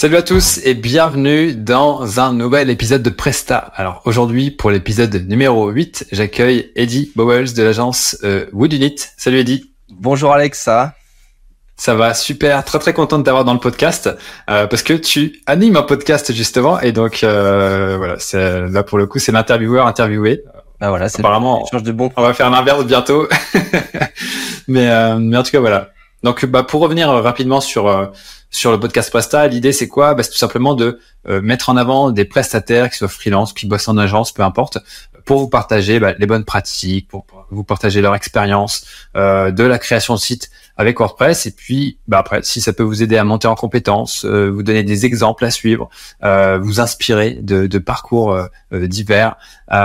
Salut à tous et bienvenue dans un nouvel épisode de Presta. Alors aujourd'hui, pour l'épisode numéro 8, j'accueille Eddie Bowles de l'agence Wood Unit. Salut Eddie. Bonjour Alex, ça va ? Ça va super, très content de t'avoir dans le podcast parce que tu animes un podcast justement et donc voilà, là pour le coup c'est l'intervieweur interviewé. Ah voilà, c'est apparemment change de bon. On va faire l'inverse bientôt, mais en tout cas voilà. Donc pour revenir rapidement sur le podcast Presta, l'idée c'est quoi ? C'est tout simplement de mettre en avant des prestataires qui soient freelance, qui bossent en agence, peu importe, pour vous partager les bonnes pratiques, pour vous partager leur expérience de la création de sites avec WordPress. Et puis après, si ça peut vous aider à monter en compétences, vous donner des exemples à suivre, vous inspirer de parcours divers,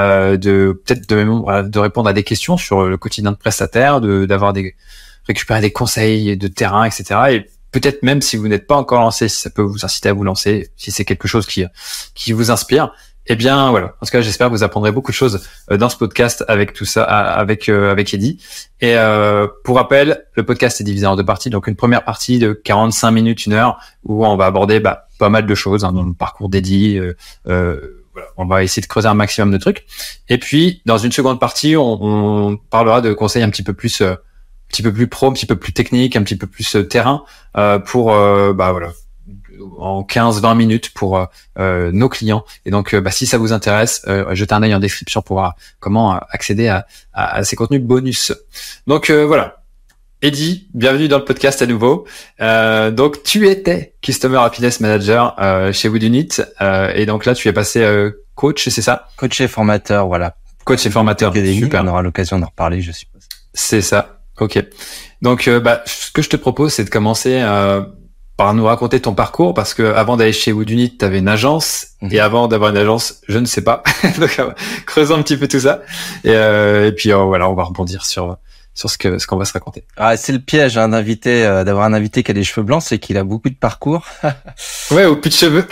de répondre à des questions sur le quotidien de prestataire, récupérer des conseils de terrain, etc. Et peut-être même si vous n'êtes pas encore lancé, si ça peut vous inciter à vous lancer, si c'est quelque chose qui vous inspire, eh bien voilà. En tout cas, j'espère que vous apprendrez beaucoup de choses dans ce podcast avec tout ça, avec Eddie. Et pour rappel, le podcast est divisé en deux parties. Donc une première partie de 45 minutes, 1 heure, où on va aborder pas mal de choses dans le parcours d'Eddie. Voilà, on va essayer de creuser un maximum de trucs. Et puis dans une seconde partie, on parlera de conseils un petit peu plus pro, un petit peu plus technique, un petit peu plus terrain pour voilà, en 15-20 minutes pour nos clients. Et donc si ça vous intéresse, jetez un œil en description pour voir comment accéder à ces contenus bonus. Donc voilà. Eddie, bienvenue dans le podcast à nouveau. Donc tu étais Customer Happiness Manager chez Wood Unit et donc là tu es passé coach, c'est ça ? Coach et formateur, voilà. Coach et formateur, super. On aura l'occasion d'en reparler, je suppose. C'est ça. Ok. Donc, ce que je te propose, c'est de commencer par nous raconter ton parcours, parce que avant d'aller chez Wood Unit, tu avais une agence, et avant d'avoir une agence, je ne sais pas. Donc, creusons un petit peu tout ça, et puis voilà, on va rebondir sur ce qu'on va se raconter. Ah, c'est le piège d'avoir un invité qui a des cheveux blancs, c'est qu'il a beaucoup de parcours. Ouais, ou plus de cheveux.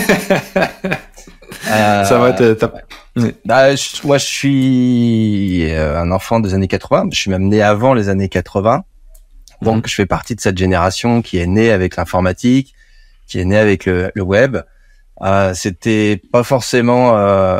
Ça va, t'as... Moi, je suis un enfant des années 80. Je suis même né avant les années 80. Donc, je fais partie de cette génération qui est née avec l'informatique, qui est née avec le web. C'était pas forcément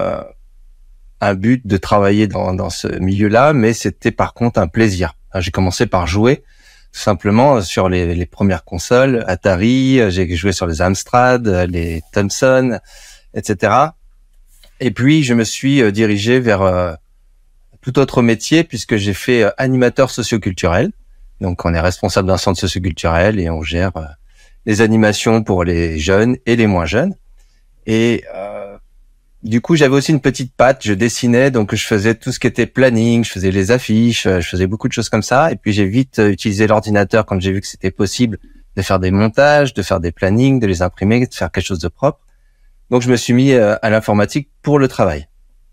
un but de travailler dans ce milieu-là, mais c'était par contre un plaisir. J'ai commencé par jouer tout simplement sur les premières consoles, Atari. J'ai joué sur les Amstrad, les Thomson, etc. Et puis, je me suis dirigé vers tout autre métier puisque j'ai fait animateur socioculturel. Donc, on est responsable d'un centre socioculturel et on gère les animations pour les jeunes et les moins jeunes. Et du coup, j'avais aussi une petite patte. Je dessinais, donc je faisais tout ce qui était planning, je faisais les affiches, je faisais beaucoup de choses comme ça. Et puis, j'ai vite utilisé l'ordinateur quand j'ai vu que c'était possible de faire des montages, de faire des plannings, de les imprimer, de faire quelque chose de propre. Donc, je me suis mis à l'informatique pour le travail.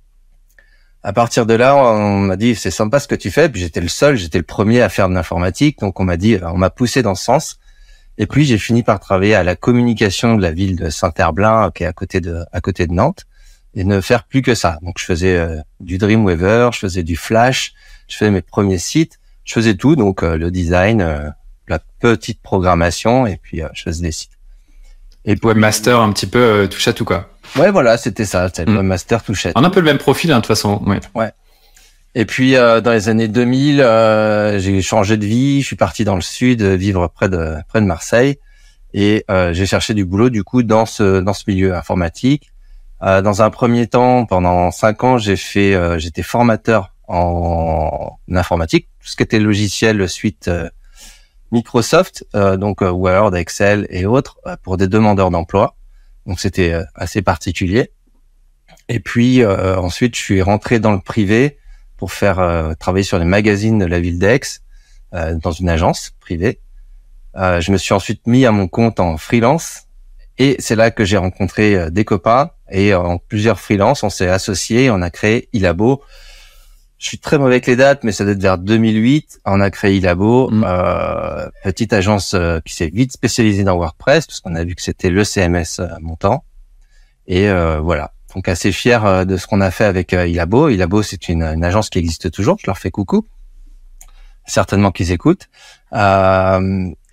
À partir de là, on m'a dit, c'est sympa ce que tu fais. Puis j'étais le premier à faire de l'informatique. Donc, on m'a poussé dans ce sens. Et puis, j'ai fini par travailler à la communication de la ville de Saint-Herblain, qui est à côté de Nantes, et ne faire plus que ça. Donc, je faisais du Dreamweaver, je faisais du Flash, je faisais mes premiers sites, je faisais tout. Donc, le design, la petite programmation, et puis je faisais des sites. Et webmaster un petit peu touche à tout quoi. Ouais, voilà, c'était ça, c'était le webmaster touche à tout. On a un peu le même profil de toute façon. Ouais. Et puis dans les années 2000, j'ai changé de vie, je suis parti dans le sud vivre près de Marseille et j'ai cherché du boulot du coup dans ce milieu informatique. Dans un premier temps, pendant 5 ans, j'étais formateur en informatique, tout ce qui était logiciel suite Microsoft, donc Word, Excel et autres, pour des demandeurs d'emploi. Donc, c'était assez particulier. Et puis, ensuite, je suis rentré dans le privé pour travailler sur les magazines de la ville d'Aix, dans une agence privée. Je me suis ensuite mis à mon compte en freelance. Et c'est là que j'ai rencontré des copains. Et en plusieurs freelances, on s'est associés, on a créé Ilabo. Je suis très mauvais avec les dates, mais ça doit être vers 2008. On a créé Ilabo, petite agence qui s'est vite spécialisée dans WordPress, parce qu'on a vu que c'était le CMS montant. Et voilà, donc assez fier de ce qu'on a fait avec Ilabo. Ilabo, c'est une agence qui existe toujours, je leur fais coucou. Certainement qu'ils écoutent. Et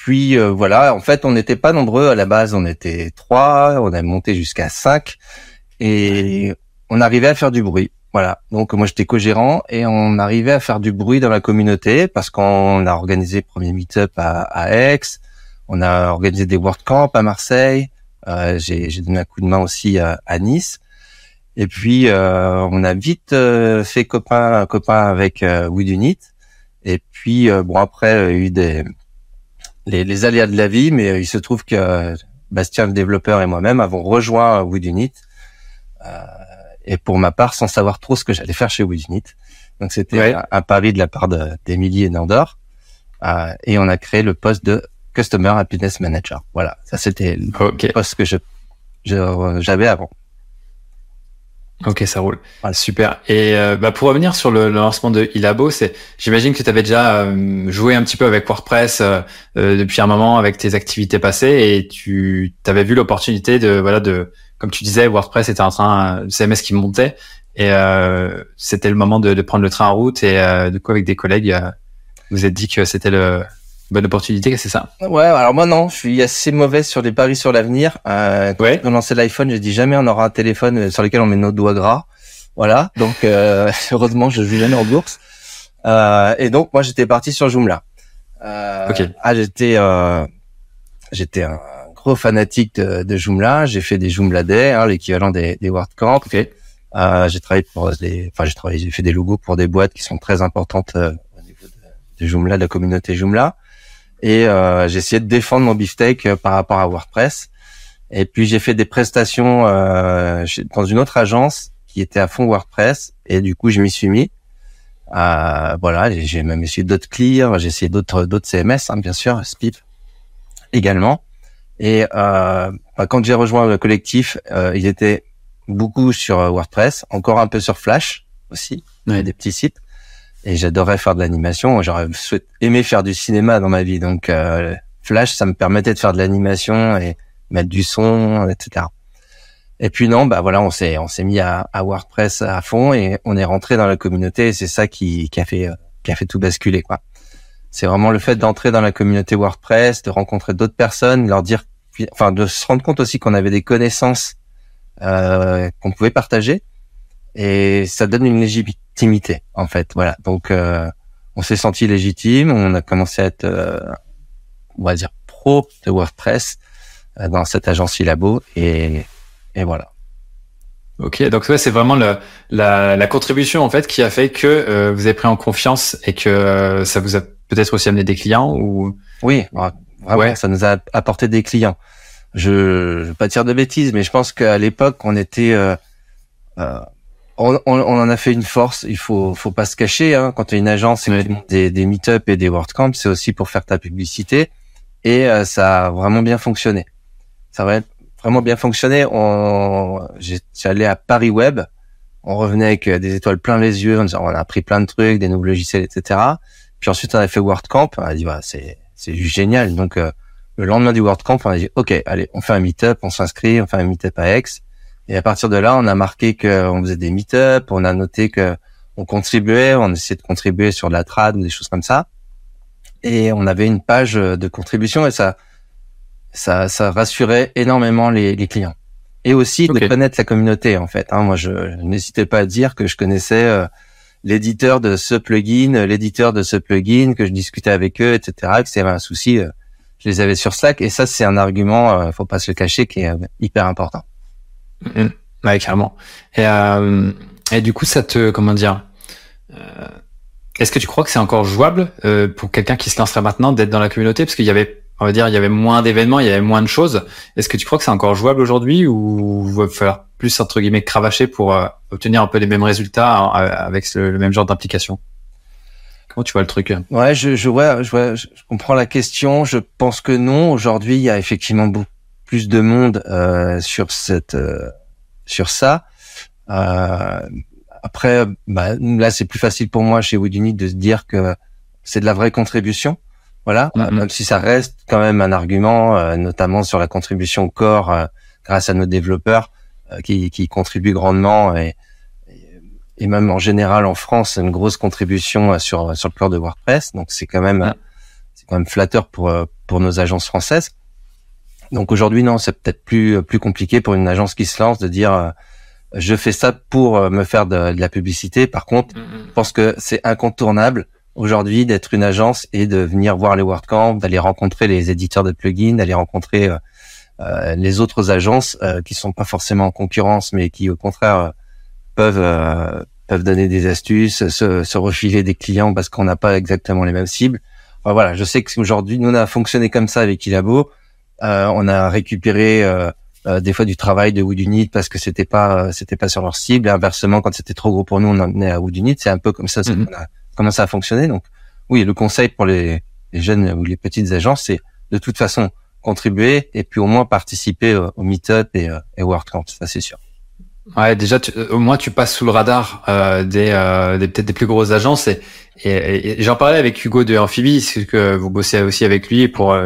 puis voilà, en fait, on n'était pas nombreux à la base, on était 3, on a monté jusqu'à 5 et on arrivait à faire du bruit. Voilà. Donc moi j'étais co-gérant et on arrivait à faire du bruit dans la communauté parce qu'on a organisé le premier meet-up à Aix, on a organisé des WordCamp à Marseille, j'ai donné un coup de main aussi à Nice. Et puis on a vite fait copain avec WeDoIt. Et puis bon après il y a eu les aléas de la vie, mais il se trouve que Bastien le développeur et moi-même avons rejoint WeDoIt. Et pour ma part, sans savoir trop ce que j'allais faire chez WeDoIt. Donc c'était un pari de la part d'Émilie et Nandor. Et on a créé le poste de Customer Happiness Manager. Voilà, ça c'était le poste que j'avais avant. Ok, ça roule. Voilà. Super. Et pour revenir sur le lancement de Ilabo, j'imagine que tu avais déjà joué un petit peu avec WordPress depuis un moment avec tes activités passées et tu avais vu l'opportunité de comme tu disais, WordPress était le CMS qui montait et c'était le moment de prendre le train en route et du coup avec des collègues vous êtes dit que c'était bonne opportunité, c'est ça? Ouais, alors moi non, je suis assez mauvais sur les paris sur l'avenir. Quand on lançait l'iPhone, j'ai dit jamais on aura un téléphone sur lequel on met nos doigts gras. Voilà, donc heureusement je joue jamais en bourse. Et donc moi j'étais parti sur Joomla. J'étais un gros fanatique de Joomla. J'ai fait des Joomla Day, l'équivalent des WordCamp. J'ai fait des logos pour des boîtes qui sont très importantes au niveau de Joomla, de la communauté Joomla. Et j'ai essayé de défendre mon beefsteak par rapport à WordPress. Et puis j'ai fait des prestations dans une autre agence qui était à fond WordPress. Et du coup, je m'y suis mis. Voilà, j'ai même essayé d'autres Clear, j'ai essayé d'autres CMS, bien sûr, Spip également. Et quand j'ai rejoint le collectif, ils étaient beaucoup sur WordPress, encore un peu sur Flash aussi, des petits sites. Et j'adorais faire de l'animation. J'aurais aimé faire du cinéma dans ma vie. Donc, Flash, ça me permettait de faire de l'animation et mettre du son, etc. Et puis non, on s'est mis à WordPress à fond et on est rentré dans la communauté et c'est ça qui a fait tout basculer, quoi. C'est vraiment le fait d'entrer dans la communauté WordPress, de rencontrer d'autres personnes, de se rendre compte aussi qu'on avait des connaissances, qu'on pouvait partager. Et ça donne une légitimité, en fait. Voilà. Donc, on s'est senti légitime. On a commencé à être, on va dire, pro de WordPress dans cette agence Ilabo. Et voilà. Ok. Donc, c'est vraiment la contribution, en fait, qui a fait que vous avez pris en confiance et que ça vous a peut-être aussi amené des clients ou... Oui, vraiment, ça nous a apporté des clients. Je vais pas dire de bêtises, mais je pense qu'à l'époque, on était... on en a fait une force. Il faut pas se cacher, quand tu as une agence et des meet-up et des WordCamp, c'est aussi pour faire ta publicité et ça a vraiment bien fonctionné. Ça va vraiment bien fonctionné. J'allais à Paris Web, on revenait avec des étoiles plein les yeux, on a appris plein de trucs, des nouveaux logiciels, etc. Puis ensuite on a fait WordCamp, on a dit c'est juste génial. Donc le lendemain du WordCamp, on a dit ok, allez, on fait un meet-up, on s'inscrit, on fait un meet-up à Aix. Et à partir de là, on a marqué qu'on faisait des meet-up, on a noté que on contribuait, on essayait de contribuer sur de la trad ou des choses comme ça. Et on avait une page de contribution et ça rassurait énormément les clients. Et aussi de connaître la communauté, en fait. Moi, je n'hésitais pas à dire que je connaissais l'éditeur de ce plugin, que je discutais avec eux, etc. Que s'il y avait un souci, je les avais sur Slack. Et ça, c'est un argument, faut pas se le cacher, qui est hyper important. Ouais, carrément. Et du coup, ça te, comment dire, est-ce que tu crois que c'est encore jouable pour quelqu'un qui se lancerait maintenant d'être dans la communauté, parce qu'il y avait, on va dire, il y avait moins d'événements, il y avait moins de choses. Est-ce que tu crois que c'est encore jouable aujourd'hui ou il va falloir plus entre guillemets cravacher pour obtenir un peu les mêmes résultats avec le même genre d'implication? Comment tu vois le truc? Ouais, je comprends la question. Je pense que non. Aujourd'hui, il y a effectivement beaucoup plus de monde sur ça. Après, là, c'est plus facile pour moi chez WeDoIt de se dire que c'est de la vraie contribution. Voilà, même si ça reste quand même un argument, notamment sur la contribution core grâce à nos développeurs qui contribuent grandement et même en général en France une grosse contribution sur le core de WordPress. Donc c'est quand même quand même flatteur pour nos agences françaises. Donc aujourd'hui, non, c'est peut-être plus compliqué pour une agence qui se lance de dire je fais ça pour me faire de la publicité. Par contre, je pense que c'est incontournable aujourd'hui d'être une agence et de venir voir les WordCamp, d'aller rencontrer les éditeurs de plugins, d'aller rencontrer les autres agences qui sont pas forcément en concurrence, mais qui au contraire peuvent donner des astuces, se refiler des clients parce qu'on n'a pas exactement les mêmes cibles. Enfin, voilà, je sais qu'aujourd'hui, nous on a fonctionné comme ça avec Ilabo. On a récupéré des fois du travail de Woodunit parce que c'était pas sur leur cible. Et inversement, quand c'était trop gros pour nous, on emmenait à Woodunit. C'est un peu comme ça qu'on a commencé à fonctionner. Donc oui, le conseil pour les jeunes ou les petites agences, c'est de toute façon contribuer et puis au moins participer au meet-up et WordCamp, ça c'est sûr. Ouais, déjà, au moins tu passes sous le radar des peut-être des plus grosses agences et j'en parlais avec Hugo de Amphibie, c'est que vous bossez aussi avec lui pour,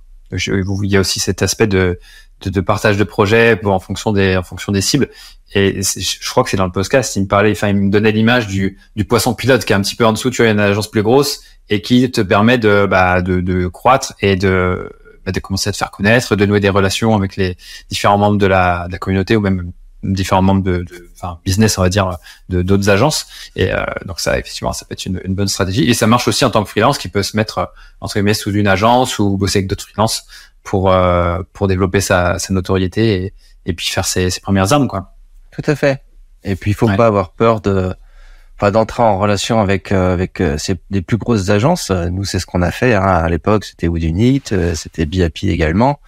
il y a aussi cet aspect de partage de projets en fonction des cibles. Et je crois que c'est dans le podcast, il me donnait l'image du poisson pilote qui est un petit peu en dessous, tu vois, il y a une agence plus grosse et qui te permet de croître et de commencer à te faire connaître, de nouer des relations avec les différents membres de la communauté ou même différents membres de business, on va dire, de d'autres agences. Et donc ça, effectivement, ça peut être une bonne stratégie. Et ça marche aussi en tant que freelance qui peut se mettre entre guillemets sous une agence ou bosser avec d'autres freelances pour développer sa notoriété et puis faire ses premières armes, quoi. Tout à fait. Et puis il faut pas avoir peur d'entrer en relation avec des plus grosses agences. Nous, c'est ce qu'on a fait, hein. À l'époque, c'était Woodunit, c'était Biapi également.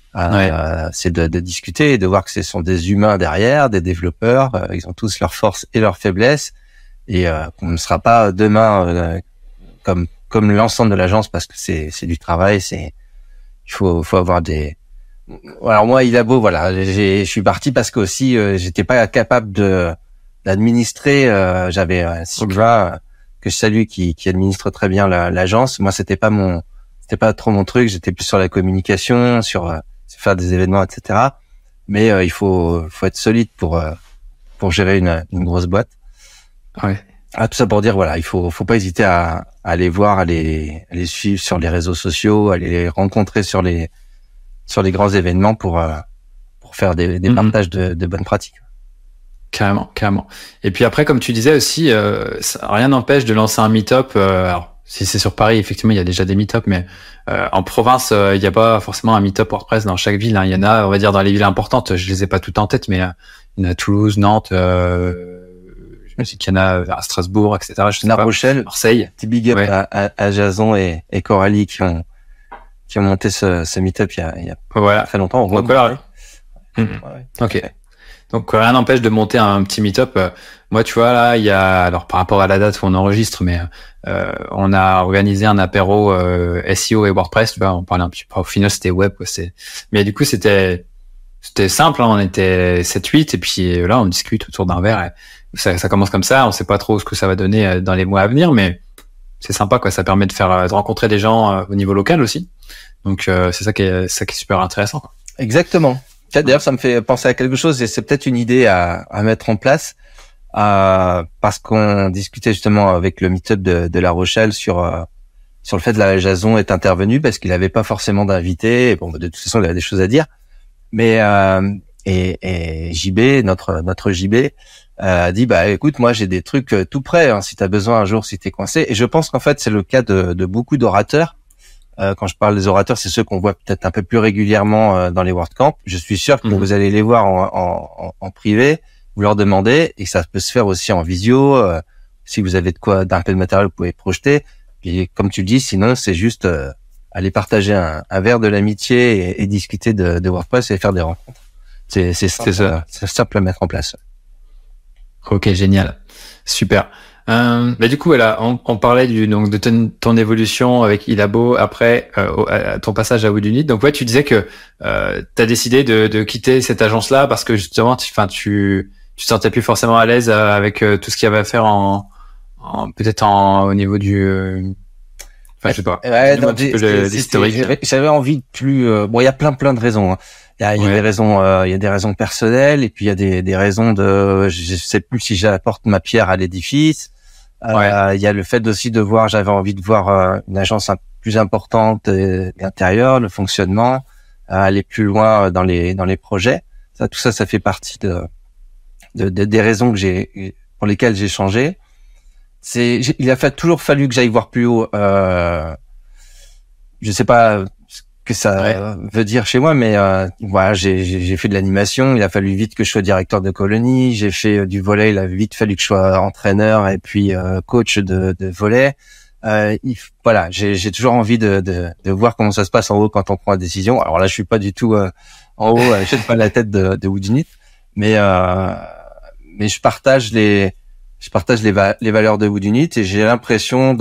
C'est de discuter et de voir que ce sont des humains derrière, des développeurs. Ils ont tous leurs forces et leurs faiblesses et qu'on ne sera pas demain comme l'ensemble de l'agence parce que c'est du travail. Il faut avoir des. Alors moi, Ilabo, voilà, je suis parti parce que aussi j'étais pas capable d'administrer. J'avais Sylvain que je salue qui administre très bien l'agence. Moi, c'était pas trop mon truc. J'étais plus sur la communication, sur faire des événements, etc. Mais il faut être solide pour gérer une grosse boîte. Ouais. Tout ça pour dire, voilà, il faut pas hésiter à les voir, à les suivre sur les réseaux sociaux, à les rencontrer sur les grands événements pour faire des partages de bonnes pratiques. Carrément. Et puis après, comme tu disais aussi, rien n'empêche de lancer un meet-up. Alors, si c'est sur Paris, effectivement, il y a déjà des meet-up, mais en province, il n'y a pas forcément un meet-up WordPress dans chaque ville, hein. Il y en a, on va dire, dans les villes importantes. Je les ai pas toutes en tête, mais il y en a à Toulouse, Nantes, je me dis qu'il y en a à Strasbourg, etc. La Rochelle, Marseille. Petit big up à Jason et Coralie qui ont monté ce meet-up il y a très longtemps. On voit Ok. Donc rien n'empêche de monter un petit meet-up. Moi, tu vois, là, il y a, alors par rapport à la date où on enregistre, mais on a organisé un apéro SEO et WordPress. Tu vois, on parlait un petit peu. Au final, c'était web, quoi. Mais du coup, c'était simple. Hein, on était 7-8 et puis là, on discute autour d'un verre. Et ça commence comme ça. On sait pas trop ce que ça va donner dans les mois à venir, mais c'est sympa, quoi. Ça permet de rencontrer des gens au niveau local aussi. Donc c'est ça qui est super intéressant, quoi. Exactement. D'ailleurs, ça me fait penser à quelque chose et c'est peut-être une idée à mettre en place parce qu'on discutait justement avec le meet-up de La Rochelle sur le fait que Jason est intervenu parce qu'il n'avait pas forcément d'invité. Bon, de toute façon, il avait des choses à dire. Mais et JB, notre JB, a dit écoute, moi j'ai des trucs tout prêts. Hein, si t'as besoin un jour, si t'es coincé. Et je pense qu'en fait c'est le cas de beaucoup d'orateurs. Quand je parle des orateurs, c'est ceux qu'on voit peut-être un peu plus régulièrement dans les WordCamp. Je suis sûr que vous allez les voir en privé, vous leur demandez, et ça peut se faire aussi en visio. Si vous avez d'un peu de matériel, vous pouvez projeter. Et comme tu le dis, sinon c'est juste aller partager un verre de l'amitié et discuter de WordPress et faire des rencontres. C'est simple à mettre en place. Ok, génial, super. Du coup, voilà, on parlait de ton évolution avec Ilabo après ton passage à Woodunit. Donc ouais, tu disais que t'as décidé de quitter cette agence-là parce que justement, tu te sentais plus forcément à l'aise avec tout ce qu'il y avait à faire peut-être au niveau du je sais pas. Ouais, j'avais envie de plus. Bon, il y a plein de raisons. Hein. Il y a des raisons, il y a des raisons personnelles et puis il y a des raisons je sais plus si j'apporte ma pierre à l'édifice. Il y a le fait aussi de voir, j'avais envie de voir une agence plus importante, l'intérieur, le fonctionnement, aller plus loin dans les projets. Tout ça fait partie des raisons pour lesquelles j'ai changé. Il a toujours fallu que j'aille voir plus haut. Je sais pas ce que ça veut dire chez moi, mais voilà, j'ai fait de l'animation. Il a fallu vite que je sois directeur de colonie. J'ai fait du volley. Il a vite fallu que je sois entraîneur et puis coach de volley. Voilà, j'ai toujours envie de voir comment ça se passe en haut quand on prend la décision. Alors là, je suis pas du tout en haut, je suis pas la tête de Woodunit, mais je partage les valeurs de Woodunit et j'ai l'impression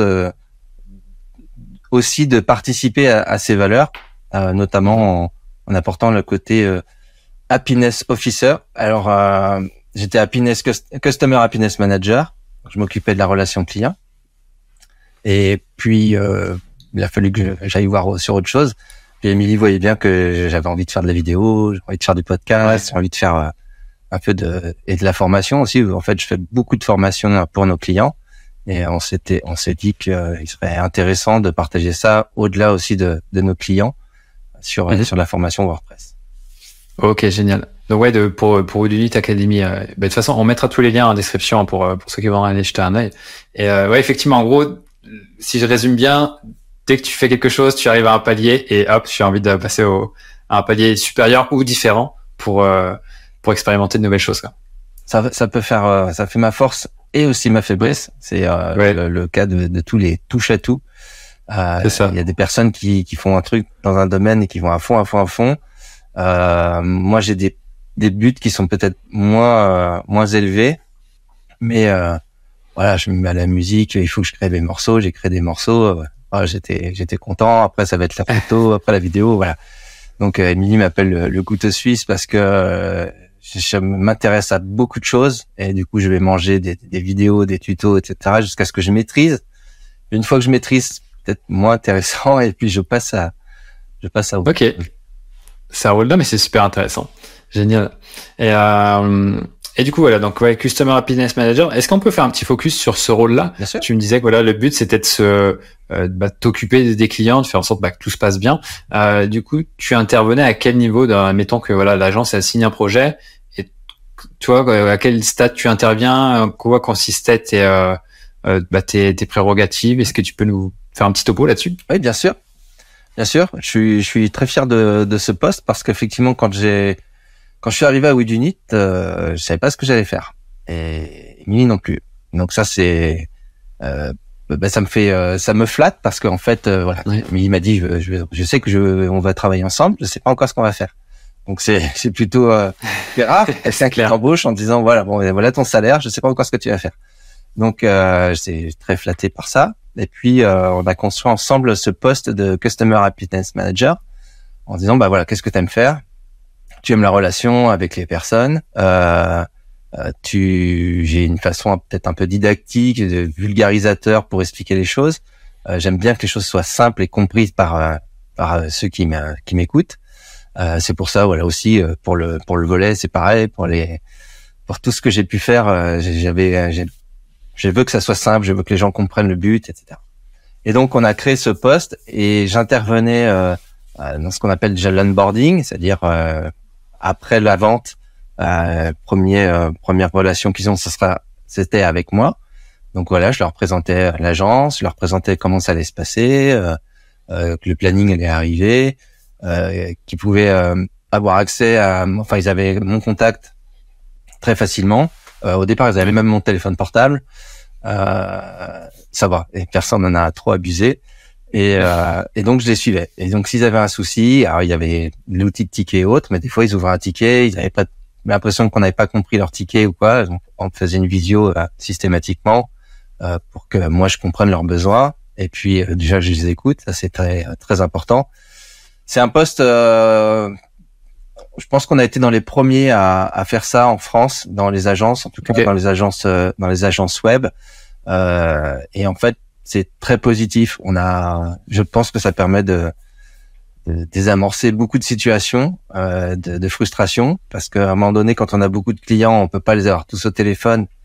aussi de participer à ces valeurs, notamment en apportant le côté happiness officer. Alors j'étais customer happiness manager, je m'occupais de la relation client. Et puis il a fallu que j'aille voir sur autre chose. Puis Émilie voyait bien que j'avais envie de faire de la vidéo, j'avais envie de faire du podcast, j'avais envie de faire un peu de la formation aussi. En fait, je fais beaucoup de formation pour nos clients. Et on s'est dit qu'il serait intéressant de partager ça au-delà aussi de nos clients sur la formation WordPress. Ok, génial. Donc ouais, pour Woodunit Academy, de toute façon, on mettra tous les liens en description pour ceux qui vont aller jeter un œil. Et ouais, effectivement, en gros, si je résume bien, dès que tu fais quelque chose, tu arrives à un palier et hop, tu as envie de passer à un palier supérieur ou différent pour expérimenter de nouvelles choses, quoi. Ça peut faire, ça fait ma force et aussi ma faiblesse. C'est le cas de tous les touche à tout. C'est ça. Il y a des personnes qui font un truc dans un domaine et qui vont à fond. Moi, j'ai des buts qui sont peut-être moins élevés, mais voilà, je me mets à la musique. Il faut que je crée des morceaux. J'ai créé des morceaux. Voilà, j'étais content. Après, ça va être la photo. Après, la vidéo. Voilà. Donc, Émilie m'appelle le couteau suisse parce que je m'intéresse à beaucoup de choses et du coup je vais manger des vidéos, des tutos, etc. jusqu'à ce que je maîtrise. Une fois que je maîtrise, peut-être moins intéressant et puis je passe à autre chose. Ok, ça roule là, mais c'est super intéressant, génial. Et du coup voilà, donc ouais, Customer Happiness Manager. Est-ce qu'on peut faire un petit focus sur ce rôle-là? Bien sûr. Tu me disais que voilà, le but c'était de t'occuper des clients, de faire en sorte que tout se passe bien. Du coup, tu intervenais à quel niveau? Mettons que voilà, l'agence elle signe un projet. Toi, à quel stade tu interviens? Quoi consistaient tes prérogatives? Est-ce que tu peux nous faire un petit topo là-dessus? Oui, bien sûr. Je suis très fier de ce poste parce qu'effectivement, quand je suis arrivé à Woodunit, je savais pas ce que j'allais faire et Émilie non plus. Donc ça, c'est ça me flatte parce qu'en fait, voilà, Émilie m'a dit, je sais que on va travailler ensemble, je sais pas encore ce qu'on va faire. Donc c'est plutôt rare quelqu'un qui t'embauche en disant voilà ton salaire, je sais pas encore ce que tu vas faire. Donc j'étais très flatté par ça. Et puis on a construit ensemble ce poste de Customer Happiness Manager en disant voilà, qu'est-ce que tu aimes faire? Tu aimes la relation avec les personnes. J'ai une façon peut-être un peu didactique, de vulgarisateur pour expliquer les choses. J'aime bien que les choses soient simples et comprises par ceux qui m'écoutent. C'est pour ça, voilà, aussi pour le volley, c'est pareil. Pour tout ce que j'ai pu faire, je veux que ça soit simple, je veux que les gens comprennent le but, etc. Et donc on a créé ce poste et j'intervenais dans ce qu'on appelle déjà l'onboarding, c'est-à-dire après la vente, première relation qu'ils ont, c'était avec moi. Donc voilà, je leur présentais l'agence, je leur présentais comment ça allait se passer, que le planning allait arriver. Qui pouvaient avoir accès ils avaient mon contact très facilement. Au départ, ils avaient même mon téléphone portable. Ça va, et personne n'en a trop abusé. Et donc, je les suivais. Et donc, s'ils avaient un souci, alors il y avait l'outil de ticket et autres, mais des fois, ils ouvraient un ticket, ils avaient pas l'impression qu'on n'avait pas compris leur ticket ou quoi. Donc, on faisait une visio systématiquement pour que moi, je comprenne leurs besoins. Et puis, déjà, je les écoute. Ça, c'est très, très important. C'est un poste, je pense qu'on a été dans les premiers à faire ça en France, dans les agences, en tout cas dans les agences web. Et en fait, c'est très positif. Je pense que ça permet de désamorcer beaucoup de situations, de frustration, parce qu'à un moment donné, quand on a beaucoup de clients, on peut pas les avoir tous au téléphone.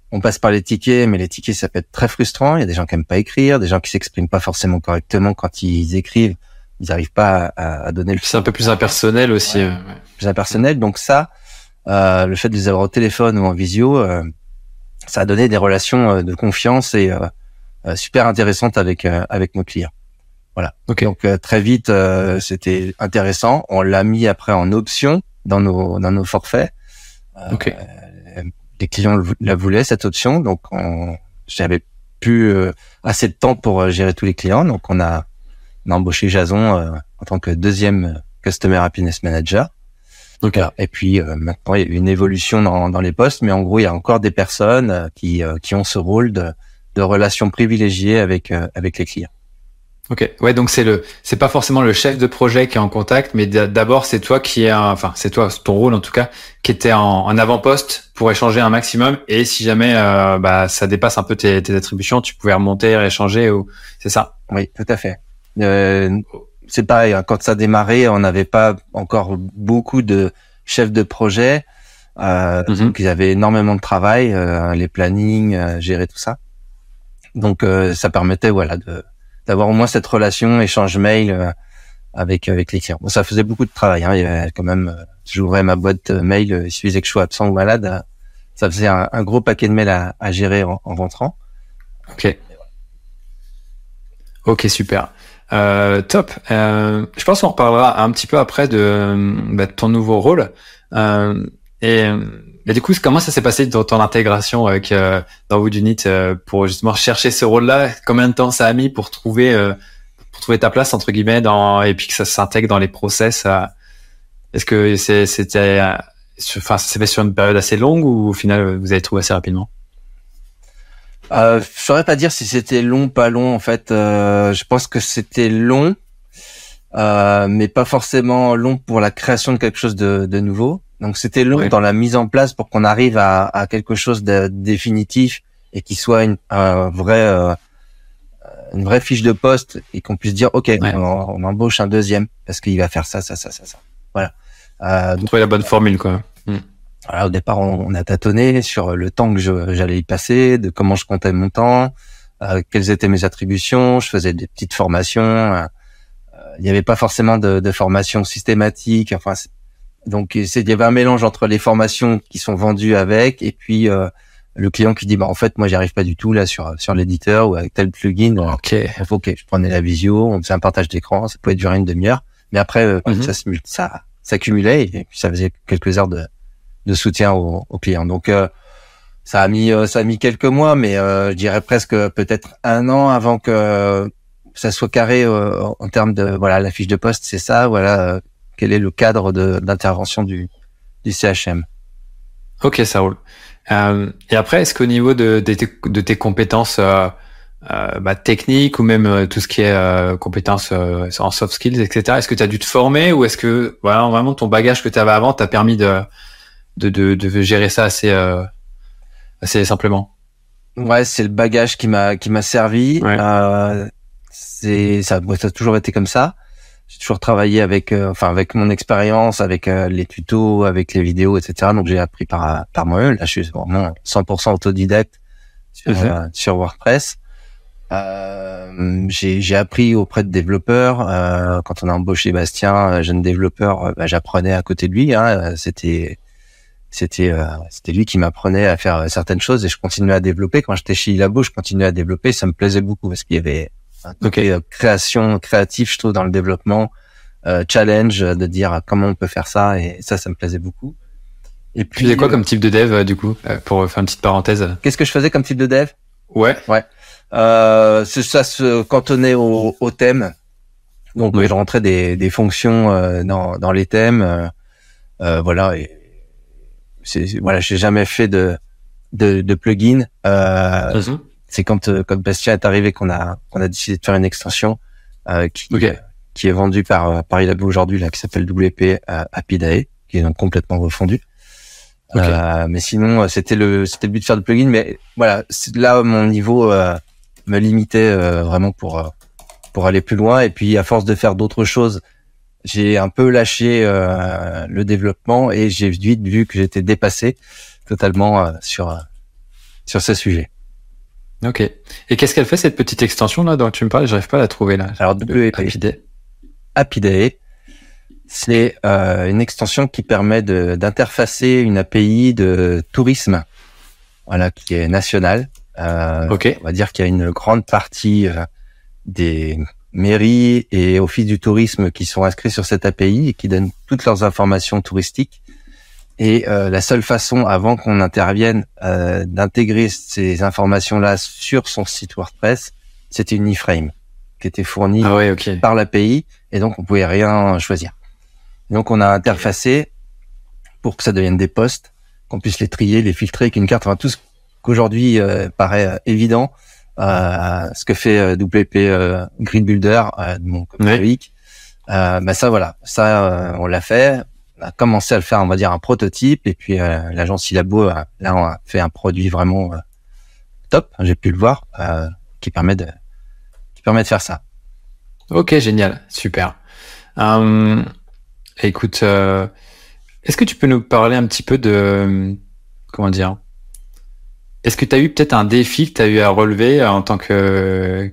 on passe par les tickets, mais les tickets, ça peut être très frustrant. Il y a des gens qui aiment pas écrire, des gens qui s'expriment pas forcément correctement quand ils écrivent. Ils n'arrivent pas à donner le... C'est un peu plus impersonnel aussi. Ouais. Plus impersonnel. Donc ça, le fait de les avoir au téléphone ou en visio, ça a donné des relations de confiance et super intéressantes avec nos clients. Voilà. Okay. Donc très vite, c'était intéressant. On l'a mis après en option dans nos forfaits. Okay. Les clients la voulaient, cette option, donc j'avais plus assez de temps pour gérer tous les clients, donc on a embauché Jason en tant que deuxième Customer Happiness Manager. Okay. Et puis maintenant il y a une évolution dans les postes, mais en gros il y a encore des personnes qui ont ce rôle de relation privilégiée avec les clients. Ok, ouais, donc c'est pas forcément le chef de projet qui est en contact, mais d'abord c'est toi c'est toi, ton rôle en tout cas, qui était en avant-poste pour échanger un maximum, et si jamais ça dépasse un peu tes attributions, tu pouvais remonter, échanger, ou c'est ça? Oui, tout à fait. C'est pareil, hein, quand ça démarrait, on n'avait pas encore beaucoup de chefs de projet, donc ils avaient énormément de travail, les plannings, gérer tout ça. Donc ça permettait d'avoir au moins cette relation, échange mail avec les clients. Bon, ça faisait beaucoup de travail. Hein. Il y avait quand même, j'ouvrais ma boîte mail, il suffisait que je sois absent ou malade. Ça faisait un gros paquet de mails à gérer en rentrant. Ok. Ok, super. Top. Je pense qu'on reparlera un petit peu après de ton nouveau rôle. Et du coup, comment ça s'est passé dans ton intégration avec dans Woodunit pour justement chercher ce rôle-là? Combien de temps ça a mis pour trouver ta place entre guillemets et puis que ça s'intègre dans les process? Est-ce que ça s'est fait sur une période assez longue ou au final vous avez trouvé assez rapidement? Je saurais pas dire si c'était long, pas long. En fait, je pense que c'était long, mais pas forcément long pour la création de quelque chose de nouveau. Donc c'était long dans la mise en place pour qu'on arrive à quelque chose de définitif et qui soit une vraie fiche de poste et qu'on puisse dire ok, on embauche un deuxième parce qu'il va faire ça. Voilà. Trouver la bonne formule quoi. Voilà, au départ on a tâtonné sur le temps que j'allais y passer, de comment je comptais mon temps, quelles étaient mes attributions. Je faisais des petites formations. Il n'y avait pas forcément de formation systématique. Enfin. Donc il y avait un mélange entre les formations qui sont vendues avec et puis le client qui dit en fait moi j'y arrive pas du tout là sur l'éditeur ou avec tel plugin. Ok, je prenais la visio, on faisait un partage d'écran, ça pouvait durer une demi-heure, mais après ça s'accumulait et puis ça faisait quelques heures de soutien au client. Donc ça a mis quelques mois, mais je dirais presque peut-être un an avant que ça soit carré en termes de la fiche de poste, c'est ça, quel est le cadre d'intervention du CHM. Ok, ça roule. Et après, est-ce qu'au niveau de tes compétences techniques ou même tout ce qui est compétences en soft skills, etc., est-ce que tu as dû te former ou est-ce que vraiment ton bagage que tu avais avant t'a permis de gérer ça assez simplement? Ouais, c'est le bagage qui m'a servi. Ouais. Ça a toujours été comme ça. J'ai toujours travaillé avec mon expérience, avec les tutos, avec les vidéos, etc. Donc j'ai appris par moi-même. Là, je suis vraiment 100% autodidacte sur WordPress. J'ai appris auprès de développeurs. Quand on a embauché Bastien, jeune développeur, j'apprenais à côté de lui. C'était lui qui m'apprenait à faire certaines choses et je continuais à développer. Quand j'étais chez Ilabo, je continuais à développer. Ça me plaisait beaucoup parce qu'il y avait un côté créatif, je trouve, dans le développement, challenge, de dire comment on peut faire ça, et ça me plaisait beaucoup. Et puis, tu faisais quoi comme type de dev, du coup, pour faire une petite parenthèse? Qu'est-ce que je faisais comme type de dev? Ouais. Ça se cantonnait au thème. Donc, je rentrais des fonctions dans les thèmes, et j'ai jamais fait de plugin. C'est quand Bastien est arrivé qu'on a décidé de faire une extension qui est vendue par Ilabo aujourd'hui, là, qui s'appelle WP Apidae, qui est donc complètement refondu. Mais sinon c'était le but de faire de plugin, mais là mon niveau me limitait vraiment pour aller plus loin, et puis à force de faire d'autres choses, j'ai un peu lâché le développement et j'ai vite vu que j'étais dépassé totalement sur sur ce sujet. Ok. Et qu'est-ce qu'elle fait, cette petite extension là dont tu me parles? J'arrive pas à la trouver là. Alors Appiday, c'est une extension qui permet d'interfacer une API de tourisme, voilà, qui est nationale. Ok. On va dire qu'il y a une grande partie des mairies et offices du tourisme qui sont inscrits sur cette API et qui donnent toutes leurs informations touristiques. Et la seule façon, avant qu'on intervienne, d'intégrer ces informations-là sur son site WordPress, c'était une iframe qui était fournie par l'API, et donc on pouvait rien choisir. Et donc on a interfacé pour que ça devienne des posts, qu'on puisse les trier, les filtrer avec une carte, enfin tout ce qu'aujourd'hui paraît évident, ce que fait WP Grid Builder de mon collègue. Ça voilà, on l'a fait. On a commencé à le faire, on va dire, un prototype, et puis l'agence Syllabo, là, on a fait un produit vraiment top, j'ai pu le voir, qui permet de faire ça. Ok, génial, super. Écoute, est-ce que tu peux nous parler un petit peu de, comment dire, est-ce que tu as eu peut-être un défi que tu as eu à relever en tant que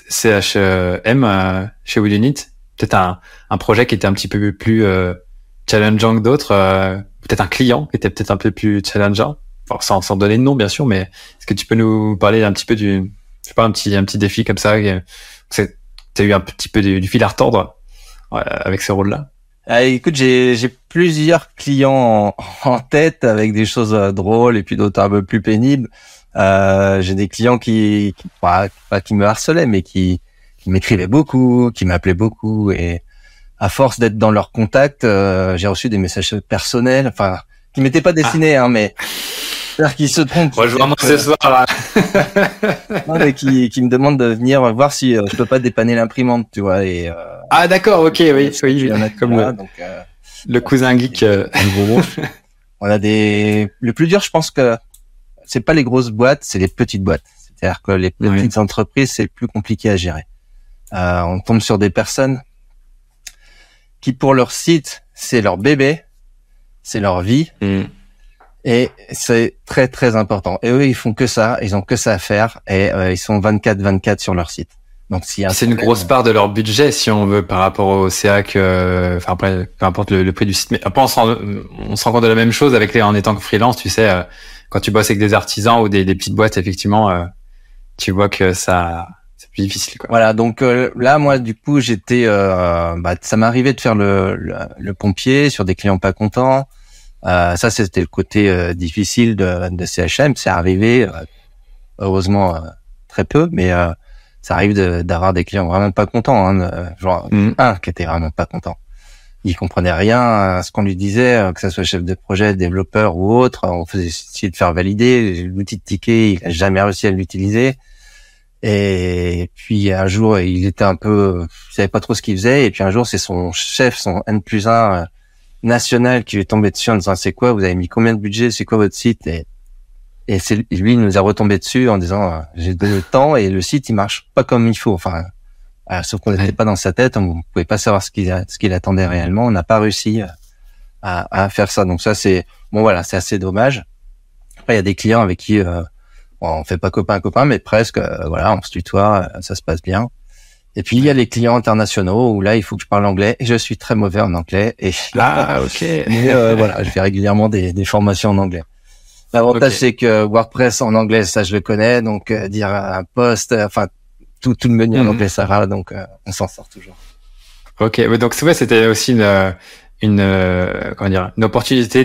CHM chez Woodunit? Peut-être un projet qui était un petit peu plus challengeant que d'autres, peut-être un client qui était peut-être un peu plus challengeant, enfin, sans donner de nom bien sûr, mais est-ce que tu peux nous parler un petit peu je sais pas, un petit défi comme ça, t'as eu un petit peu du fil à retordre avec ce rôle-là? Écoute, j'ai plusieurs clients en tête avec des choses drôles et puis d'autres un peu plus pénibles. J'ai des clients qui pas qui me harcelaient, mais qui m'écrivaient beaucoup, qui m'appelaient beaucoup, et à force d'être dans leur contact, j'ai reçu des messages personnels, enfin, qui m'étaient pas destinés, mais c'est-à-dire qu'ils se trompent. Rejoins-moi ce soir. Non, mais qui me demandent de venir voir si je peux pas dépanner l'imprimante, tu vois. Et ah d'accord, ok, oui, il y en a comme là, donc le cousin geek. On a le plus dur, je pense que c'est pas les grosses boîtes, c'est les petites boîtes. C'est-à-dire que les petites entreprises, c'est le plus compliqué à gérer. On tombe sur des personnes qui, pour leur site, c'est leur bébé, c'est leur vie, et c'est très très important. Et eux, ils font que ça, ils ont que ça à faire, et ils sont 24/24 sur leur site. Donc c'est une grosse part de leur budget, si on veut, par rapport au CA enfin après, peu importe le prix du site. Mais après, on se rend compte de la même chose en étant que freelance, tu sais, quand tu bosses avec des artisans ou des petites boîtes, effectivement, tu vois que c'est plus difficile, quoi. Voilà, donc là, moi, du coup, j'étais, ça m'arrivait de faire le pompier sur des clients pas contents. Ça, c'était le côté difficile de CHM. C'est arrivé, heureusement, très peu, mais ça arrive d'avoir des clients vraiment pas contents, genre un qui était vraiment pas content. Il comprenait rien à ce qu'on lui disait, que ça soit chef de projet, développeur ou autre. On faisait essayer de faire valider l'outil de ticket, il a jamais réussi à l'utiliser. Et puis un jour, il était il savait pas trop ce qu'il faisait. Et puis un jour, c'est son chef, son N+1 national, qui lui est tombé dessus en disant: c'est quoi, vous avez mis combien de budget, c'est quoi votre site? Et lui, il nous a retombé dessus en disant: j'ai donné le temps et le site, il marche pas comme il faut. Enfin, sauf qu'on n'était pas dans sa tête, on pouvait pas savoir ce qu'il attendait réellement. On n'a pas réussi à faire ça. Donc ça, c'est assez dommage. Après, il y a des clients avec qui on fait pas copain, mais presque. On se tutoie, ça se passe bien. Et puis il y a les clients internationaux où là, il faut que je parle anglais, et je suis très mauvais en anglais. Et ok. Mais je fais régulièrement des formations en anglais. L'avantage, c'est que WordPress en anglais, ça je le connais, donc dire un post, tout le menu en anglais, ça va, donc on s'en sort toujours. Ok, donc c'était aussi une opportunité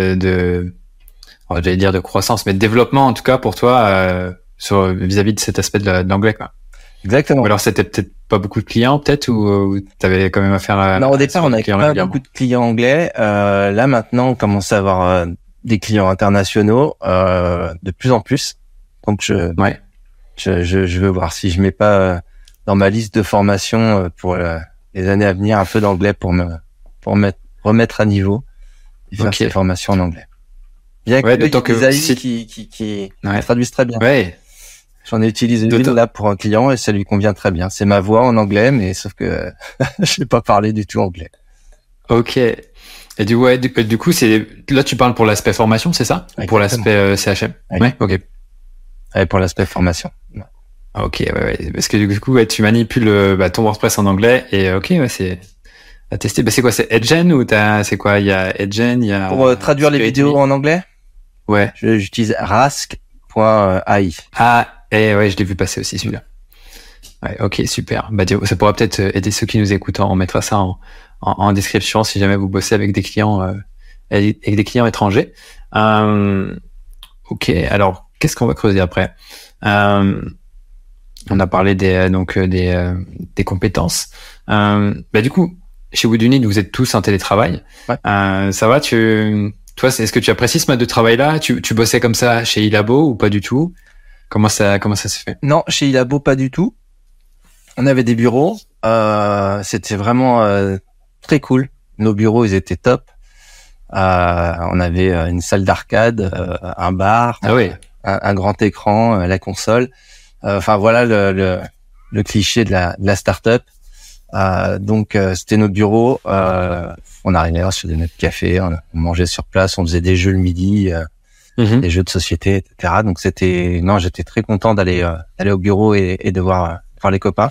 j'allais dire de croissance, mais de développement en tout cas pour toi vis-à-vis de cet aspect de l'anglais, quoi. Exactement. Ou alors c'était peut-être pas beaucoup de clients, peut-être, ou t'avais quand même affaire à... Non, au départ, on n'avait pas beaucoup de clients anglais. Là, maintenant, on commence à avoir des clients internationaux de plus en plus. Donc, je veux voir si je mets pas dans ma liste de formation pour les années à venir un peu d'anglais pour me remettre à niveau et faire ces formations en anglais. Bien que des amis qui traduisent très bien. Ouais. J'en ai utilisé une là pour un client et ça lui convient très bien. C'est ma voix en anglais, mais sauf que je sais pas parler du tout anglais. Ok. Et du coup, là tu parles pour l'aspect formation, c'est ça? Ou pour l'aspect CHM? Ouais. Ok. Ouais, pour l'aspect formation. Ouais. Ah, ok, ouais. Parce que du coup, tu manipules ton WordPress en anglais et ok, ouais, c'est à tester. C'est quoi, c'est Edgen ou c'est quoi? Il y a Edgen, il y a Pour traduire les vidéos en anglais, ouais, j'utilise rask.ai. Ah, ouais, je l'ai vu passer aussi celui-là. Ouais, ok, super. Ça pourra peut-être aider ceux qui nous écoutent. On mettra ça en description si jamais vous bossez avec des clients étrangers. Ok, alors qu'est-ce qu'on va creuser après? On a parlé des compétences. Du coup, chez Woodunit, vous êtes tous en télétravail. Ouais. Ça va, toi, est-ce que tu apprécies ce mode de travail-là? Tu bossais comme ça chez Ilabo ou pas du tout? Comment ça se fait? Non, chez Ilabo, pas du tout. On avait des bureaux. C'était vraiment très cool. Nos bureaux, ils étaient top. On avait une salle d'arcade, un bar, Ah oui. un grand écran, la console. Enfin voilà le cliché de la start-up. Donc c'était notre bureau. On arrivait là, sur des mètres café, on mangeait sur place, on faisait des jeux le midi, des jeux de société, etc. Donc j'étais très content d'aller au bureau et de voir les copains.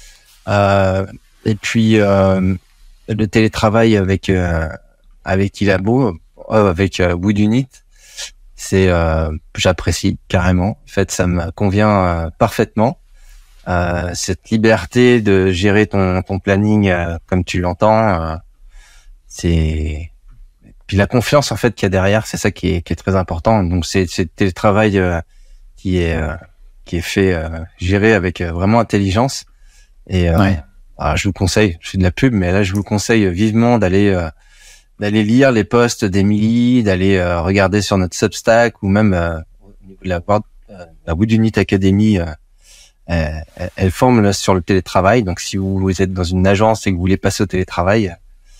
Et puis le télétravail avec Ilabo, avec Woodunit, j'apprécie carrément. En fait, ça me convient parfaitement. Cette liberté de gérer ton planning comme tu l'entends, puis la confiance en fait qu'il y a derrière, c'est ça qui est très important. Donc c'est le télétravail qui est fait gérer avec vraiment intelligence. Et je vous conseille, je fais de la pub, mais là je vous conseille vivement d'aller lire les posts d'Emilie, d'aller regarder sur notre Substack ou même au niveau de la Woodunit Academy. Elle forme là, sur le télétravail. Donc si vous êtes dans une agence et que vous voulez passer au télétravail,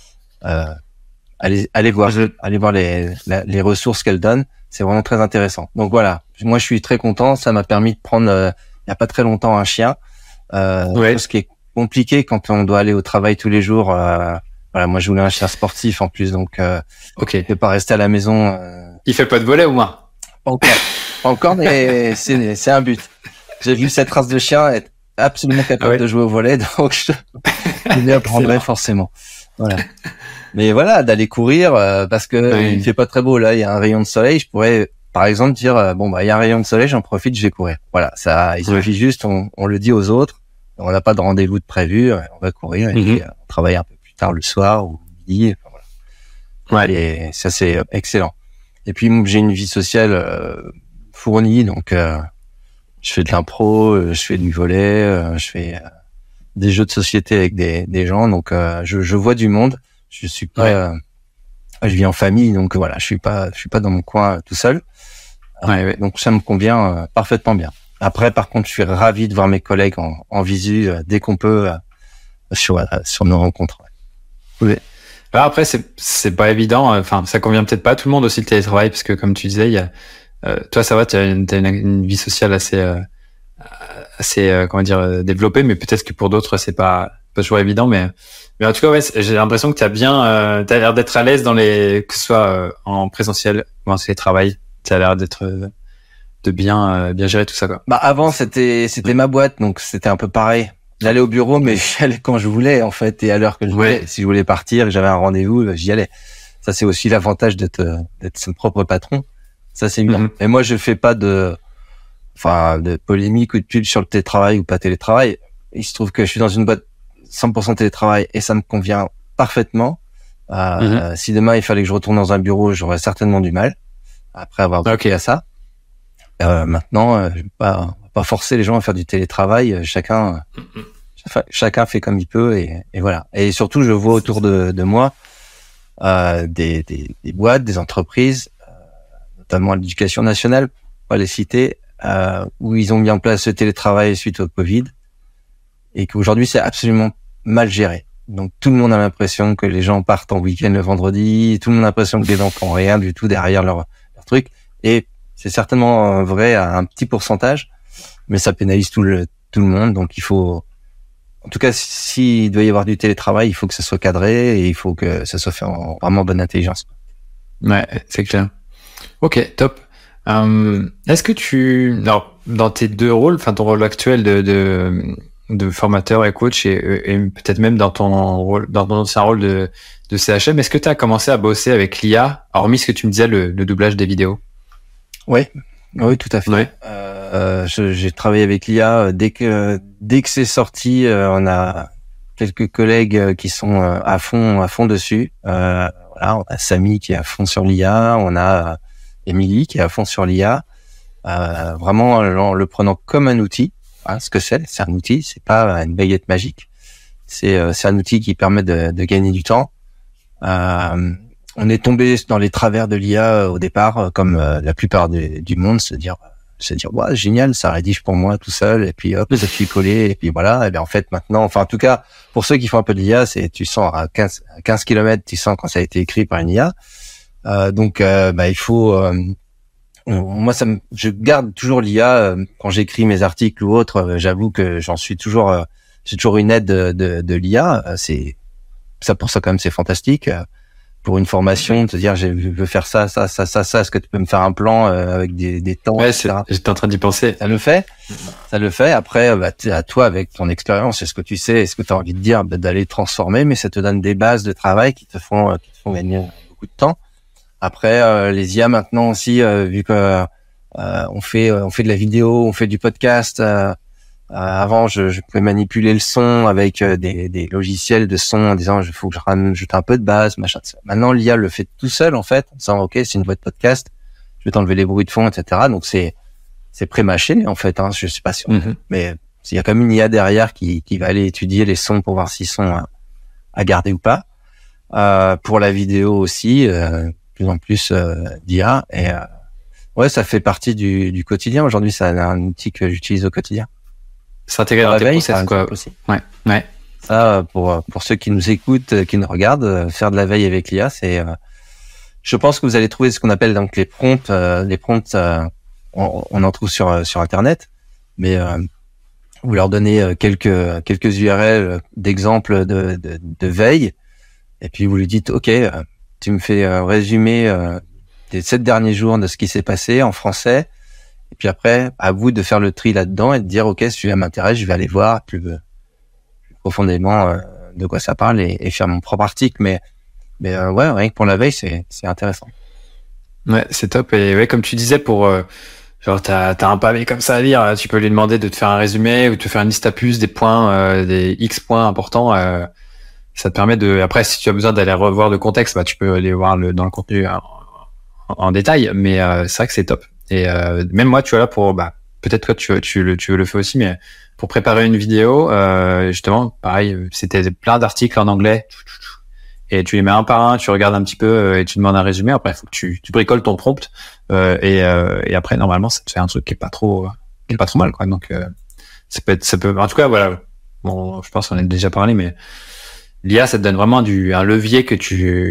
allez voir les ressources qu'elle donne. C'est vraiment très intéressant. Donc voilà, moi je suis très content. Ça m'a permis de prendre il y a pas très longtemps un chien. Ce qui est compliqué quand on doit aller au travail tous les jours. Voilà, moi je voulais un chien sportif en plus, donc ok. Je peux pas rester à la maison. Il fait pas de volet au moins? Pas encore, mais c'est un but. J'ai vu cette race de chien être absolument capable de jouer au volet, donc je m'y apprendrai forcément. Voilà. Mais voilà, d'aller courir parce que il fait pas très beau là, il y a un rayon de soleil, je pourrais par exemple dire il y a un rayon de soleil, j'en profite, je vais courir. Voilà, ça il suffit juste on le dit aux autres, on n'a pas de rendez-vous de prévu, on va courir et puis, on travaille un peu plus tard le soir ou midi, enfin, voilà. Ouais. Et ça c'est excellent. Et puis j'ai une vie sociale fournie, donc je fais de l'impro, je fais du volley, je fais des jeux de société avec des gens, donc je vois du monde. Je suis pas, je vis en famille, donc voilà, je suis pas dans mon coin tout seul. Donc ça me convient parfaitement bien. Après, par contre, je suis ravi de voir mes collègues en visu dès qu'on peut sur nos rencontres. Oui. Alors après, c'est pas évident. Enfin, ça convient peut-être pas à tout le monde aussi le télétravail, parce que comme tu disais, il y a toi, ça va, t'as une vie sociale assez développée, mais peut-être que pour d'autres, c'est pas toujours évident. Mais en tout cas, j'ai l'impression que t'as l'air d'être à l'aise que ce soit en présentiel ou en télétravail. T'as l'air d'être de bien gérer tout ça, quoi. Avant, c'était ma boîte, donc c'était un peu pareil. J'allais au bureau, mais j'allais quand je voulais, en fait, et à l'heure que je voulais. Si je voulais partir, j'avais un rendez-vous, j'y allais. Ça, c'est aussi l'avantage d'être son propre patron. Ça, c'est bien. Et moi, je fais pas de polémique ou de pub sur le télétravail ou pas télétravail. Il se trouve que je suis dans une boîte 100% télétravail et ça me convient parfaitement. Si demain il fallait que je retourne dans un bureau, j'aurais certainement du mal après avoir goûté à ça. Maintenant, je vais pas forcer les gens à faire du télétravail. Chacun fait comme il peut et voilà. Et surtout, je vois autour de moi des boîtes, des entreprises, notamment l'éducation nationale, pas les citer, où ils ont mis en place le télétravail suite au Covid et qu'aujourd'hui c'est absolument mal géré. Donc tout le monde a l'impression que les gens partent en week-end le vendredi, tout le monde a l'impression que les gens font rien du tout derrière leur truc, et c'est certainement vrai à un petit pourcentage, mais ça pénalise tout le monde. Donc il faut, en tout cas, s'il doit y avoir du télétravail, il faut que ça soit cadré et il faut que ça soit fait en vraiment bonne intelligence. Ouais, c'est clair. Ok, top. Est-ce que alors, dans tes deux rôles, enfin ton rôle actuel de formateur et coach et peut-être même dans ton rôle, dans ton ancien rôle de CHM, est-ce que tu as commencé à bosser avec l'IA, hormis ce que tu me disais, le doublage des vidéos? Oui, tout à fait. Ouais. J'ai travaillé avec l'IA dès que c'est sorti. On a quelques collègues qui sont à fond dessus. Voilà, on a Samy qui est à fond sur l'IA, on a Émilie qui est à fond sur l'IA. Vraiment en le prenant comme un outil. Hein, ce que c'est un outil, c'est pas une baguette magique. C'est un outil qui permet de gagner du temps. On est tombé dans les travers de l'IA au départ, comme la plupart du monde, se dire ouais, génial, ça rédige pour moi tout seul, et puis hop, ça fait coller, et puis voilà. Et bien en fait maintenant, enfin en tout cas pour ceux qui font un peu de l'IA, tu sens à 15 km, tu sens quand ça a été écrit par une IA. Donc il faut moi je garde toujours l'IA quand j'écris mes articles ou autres. J'avoue que j'ai toujours une aide de l'IA. C'est ça pour ça quand même, c'est fantastique. Pour une formation, te dire je veux faire ça, est-ce que tu peux me faire un plan avec des temps, ouais, etc. J'étais en train d'y penser. Ça le fait. Après, à toi avec ton expérience, est-ce que tu sais, est-ce que tu as envie de dire d'aller transformer, mais ça te donne des bases de travail qui te font gagner beaucoup de temps. Après, les IA maintenant aussi, vu que on fait de la vidéo, on fait du podcast. Avant, je pouvais manipuler le son avec des logiciels de son en disant faut que je rajoute un peu de base, machin. Maintenant, l'IA le fait tout seul en fait, en disant ok, c'est une boîte podcast, je vais t'enlever les bruits de fond, etc. Donc c'est pré-mâché en fait. Hein, je sais pas si mais il y a quand même une IA derrière qui va aller étudier les sons pour voir s'ils sont à garder ou pas. Pour la vidéo aussi, plus en plus d'IA et ouais, ça fait partie du quotidien. Aujourd'hui, c'est un outil que j'utilise au quotidien. C'est intégré dans tes process, quoi. Aussi. Ouais. Ça, pour ceux qui nous écoutent, qui nous regardent, faire de la veille avec l'IA, c'est, je pense que vous allez trouver ce qu'on appelle donc les prompts. On en trouve sur Internet, mais vous leur donnez quelques URL d'exemples de veille, et puis vous lui dites, ok, tu me fais résumer des 7 derniers jours de ce qui s'est passé en français. Et puis après, à vous de faire le tri là-dedans et de dire, ok, si celui-là m'intéresse, je vais aller voir plus profondément de quoi ça parle et faire mon propre article. Mais ouais, rien que pour la veille, c'est intéressant. Ouais, c'est top. Et ouais, comme tu disais, pour genre t'as un pavé comme ça à lire, tu peux lui demander de te faire un résumé ou de te faire une liste à puces des points, des X points importants. Ça te permet de. Après, si tu as besoin d'aller revoir le contexte, bah tu peux aller voir dans le contenu en détail. Mais c'est vrai que c'est top. Et même moi, tu vois là pour peut-être que tu le fais aussi, mais pour préparer une vidéo, justement, pareil, c'était plein d'articles en anglais, et tu les mets un par un, tu regardes un petit peu et tu demandes un résumé. Après, il faut que tu bricoles ton prompt et après normalement ça te fait un truc qui est pas trop mal, quoi. Donc ça peut. En tout cas, voilà. Bon, je pense qu'on en a déjà parlé, mais l'IA, ça te donne vraiment un levier que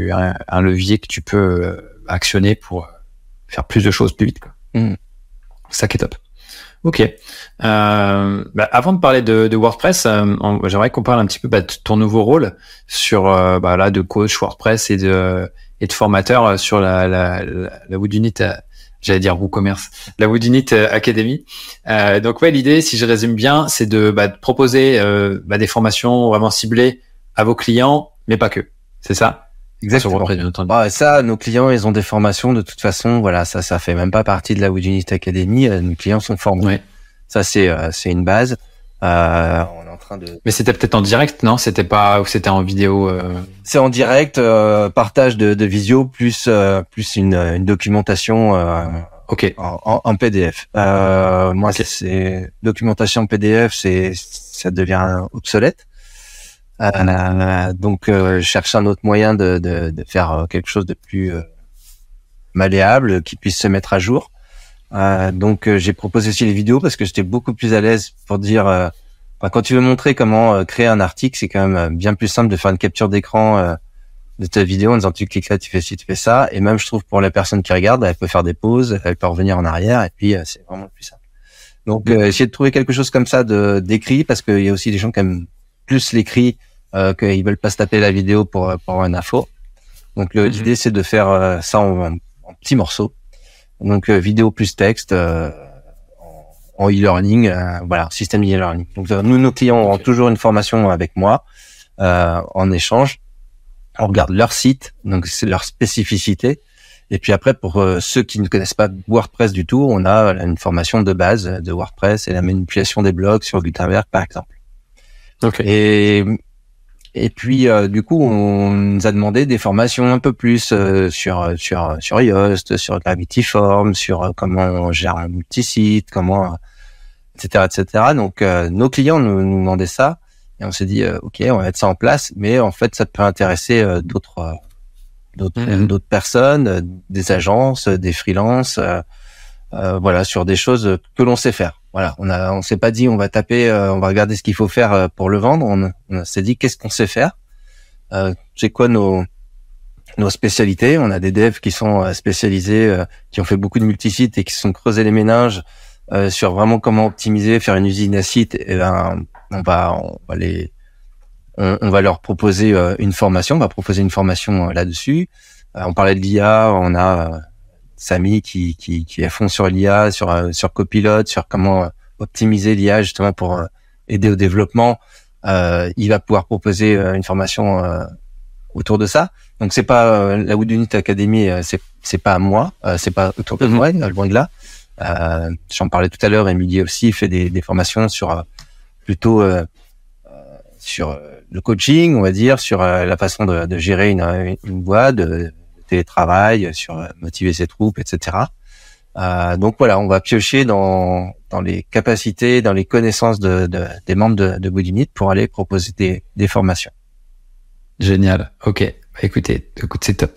tu peux actionner pour faire plus de choses plus vite, quoi. C'est ça qui est top. Ok. Avant de parler de WordPress, j'aimerais qu'on parle un petit peu de ton nouveau rôle sur là de coach WordPress et de formateur sur la Woodunit. J'allais dire WooCommerce, la Woodunit Academy. Donc ouais, l'idée, si je résume bien, c'est de proposer des formations vraiment ciblées à vos clients, mais pas que. C'est ça? Exactement. Ça, nos clients, ils ont des formations de toute façon. Voilà, ça fait même pas partie de la Woodunit Academy. Nos clients sont formés. Ouais. Ça, c'est une base. On est en train de. Mais c'était peut-être en direct, non? C'était pas, ou c'était en vidéo? C'est en direct, partage de visio plus une documentation. Ok. En PDF. Moi, okay. C'est documentation PDF, ça devient obsolète. Donc, je cherche un autre moyen de faire quelque chose de plus malléable, qui puisse se mettre à jour. Donc, j'ai proposé aussi les vidéos parce que j'étais beaucoup plus à l'aise pour dire. Quand tu veux montrer comment créer un article, c'est quand même bien plus simple de faire une capture d'écran de ta vidéo en disant tu cliques là, tu fais ci, tu fais ça. Et même, je trouve, pour la personne qui regarde, elle peut faire des pauses, elle peut revenir en arrière, et puis c'est vraiment le plus simple. Donc, essayer de trouver quelque chose comme ça d'écrit, parce qu'il y a aussi des gens qui aiment plus l'écrit qu'ils veulent pas se taper la vidéo pour avoir une info. Donc l'idée, c'est de faire ça en petits morceaux. donc vidéo plus texte en e-learning, voilà, système e-learning. Donc nous, nos clients auront toujours une formation avec moi en échange. On regarde leur site, donc c'est leur spécificité. Et puis après, pour ceux qui ne connaissent pas WordPress du tout, on a une formation de base de WordPress et la manipulation des blogs sur Gutenberg, par exemple. Okay. Et puis du coup, on nous a demandé des formations un peu plus sur Yoast, sur Gravity Forms, sur comment on gère un multisite, comment etc. Donc nos clients nous demandaient ça et on s'est dit ok, on va mettre ça en place, mais en fait ça peut intéresser d'autres personnes, des agences, des freelances, voilà, sur des choses que l'on sait faire. Voilà, on s'est pas dit on va taper, on va regarder ce qu'il faut faire pour le vendre. On s'est dit qu'est-ce qu'on sait faire, c'est quoi nos spécialités. On a des devs qui sont spécialisés, qui ont fait beaucoup de multisites et qui se sont creusés les méninges sur vraiment comment optimiser, faire une usine à site. Et ben on va leur proposer une formation. On va proposer une formation là-dessus. On parlait de l'IA, on a Samy qui est à fond sur l'IA, sur Copilot, sur comment optimiser l'IA justement pour aider au développement. Il va pouvoir proposer une formation autour de ça. Donc c'est pas la Woodunit Academy, c'est pas à moi, c'est pas autour de moi, loin de là. J'en parlais tout à l'heure. Émilie aussi fait des formations sur plutôt sur le coaching, on va dire, sur la façon de gérer une boîte, de télétravail, sur motiver ses troupes, etc. Donc voilà, on va piocher dans les capacités, dans les connaissances des membres de Woodunit pour aller proposer des formations. Génial. Ok. Bah, écoute, c'est top.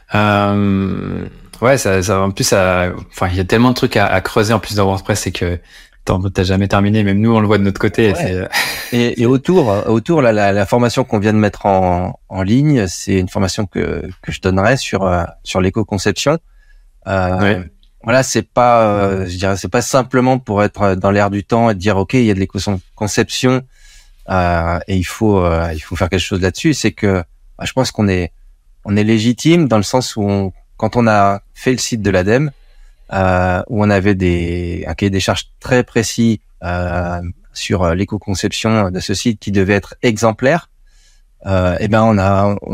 Ouais, ça en plus, enfin, il y a tellement de trucs à creuser en plus dans WordPress, c'est que t'as jamais terminé. Même nous, on le voit de notre côté. Ouais. Et autour, la formation qu'on vient de mettre en ligne, c'est une formation que je donnerai sur l'éco-conception. Ouais. Voilà, c'est pas, je dirais, c'est pas simplement pour être dans l'air du temps et dire ok, il y a de l'éco-conception et il faut faire quelque chose là-dessus. C'est que je pense qu'on est légitime dans le sens où quand on a fait le site de l'ADEME, où on avait un cahier des charges très précis sur l'éco-conception de ce site qui devait être exemplaire, et ben on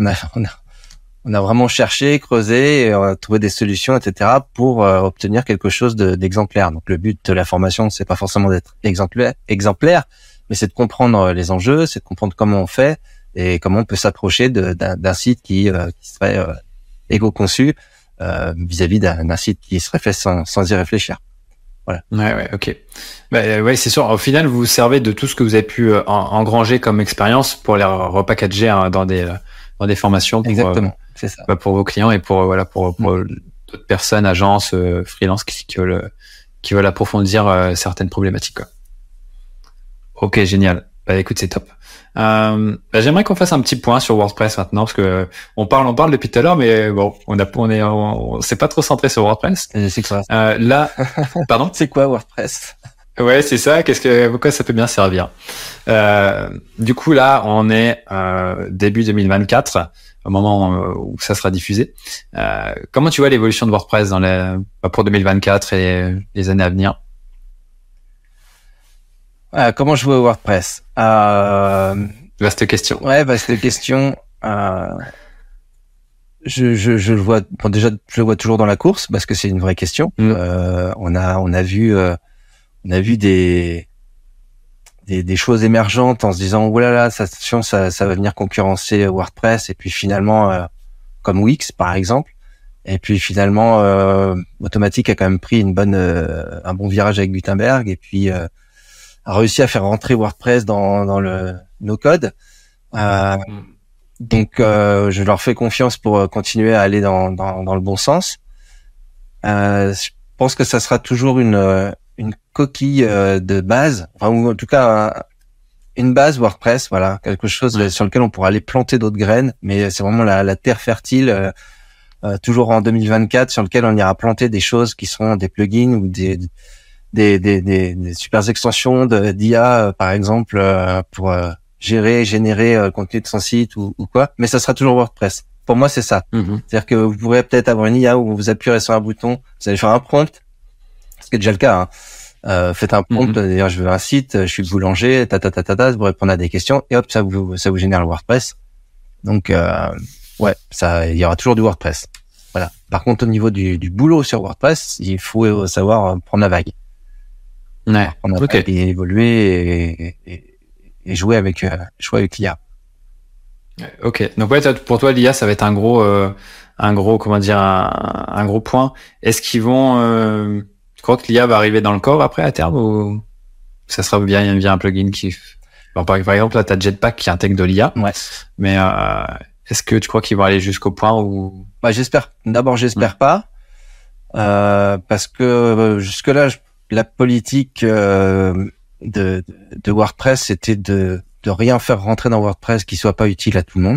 a vraiment cherché, creusé, et trouvé des solutions, etc. pour obtenir quelque chose d'exemplaire. Donc le but de la formation, c'est pas forcément d'être exemplaire, mais c'est de comprendre les enjeux, c'est de comprendre comment on fait et comment on peut s'approcher d'un site qui serait éco-conçu vis-à-vis d'un site qui serait fait sans y réfléchir. Voilà. Ouais, ok. Bah, ouais, c'est sûr. Au final, vous vous servez de tout ce que vous avez pu engranger comme expérience pour les repackager dans des formations. Exactement, c'est ça. Pour vos clients et pour d'autres personnes, agences, freelance qui veulent approfondir certaines problématiques, quoi. Ok, génial. Bah écoute, c'est top. J'aimerais qu'on fasse un petit point sur WordPress maintenant parce que on parle depuis tout à l'heure, mais bon, on s'est pas trop centré sur WordPress. C'est quoi là, pardon. C'est quoi WordPress? Ouais, c'est ça. Pourquoi ça peut bien servir? Du coup, là, on est début 2024, au moment où ça sera diffusé. Comment tu vois l'évolution de WordPress pour 2024 et les années à venir? Comment je vois WordPress? Vaste question. Ouais, vaste question. Je le vois. Bon, déjà, je le vois toujours dans la course parce que c'est une vraie question. On a vu des choses émergentes en se disant oh là là, ça va venir concurrencer WordPress et puis finalement comme Wix par exemple. Et puis finalement Automatic a quand même pris un bon virage avec Gutenberg et puis a réussi à faire rentrer WordPress dans le no-code. Donc, je leur fais confiance pour continuer à aller dans le bon sens. Je pense que ça sera toujours une coquille de base, enfin, ou en tout cas une base WordPress, voilà, quelque chose sur lequel on pourra aller planter d'autres graines. Mais c'est vraiment la terre fertile, toujours en 2024, sur lequel on ira planter des choses qui seront des plugins ou des super extensions d'IA, par exemple, pour générer le contenu de son site ou quoi. Mais ça sera toujours WordPress. Pour moi, c'est ça. C'est-à-dire que vous pourrez peut-être avoir une IA où vous appuyez sur un bouton, vous allez faire un prompt, ce qui est déjà le cas. Faites un prompt, d'ailleurs, je veux un site, je suis boulanger, vous répondez à des questions, et hop, ça vous génère le WordPress. Donc, ouais, il y aura toujours du WordPress. Voilà. Par contre, au niveau du boulot sur WordPress, il faut savoir prendre la vague. Ouais. Prendre la vague et évoluer et jouer avec l'IA. Ok. Donc ouais, pour toi, l'IA, ça va être un gros, comment dire, un gros point. Est-ce qu'ils vont, tu crois que l'IA va arriver dans le corps après à terme ou ça sera via un plugin qui, bon, par exemple, là, t'as Jetpack qui intègre de l'IA. Ouais. Mais, est-ce que tu crois qu'ils vont aller jusqu'au point où... Bah, j'espère pas, parce que jusque-là, la politique de WordPress, c'était de rien faire rentrer dans WordPress qui soit pas utile à tout le monde.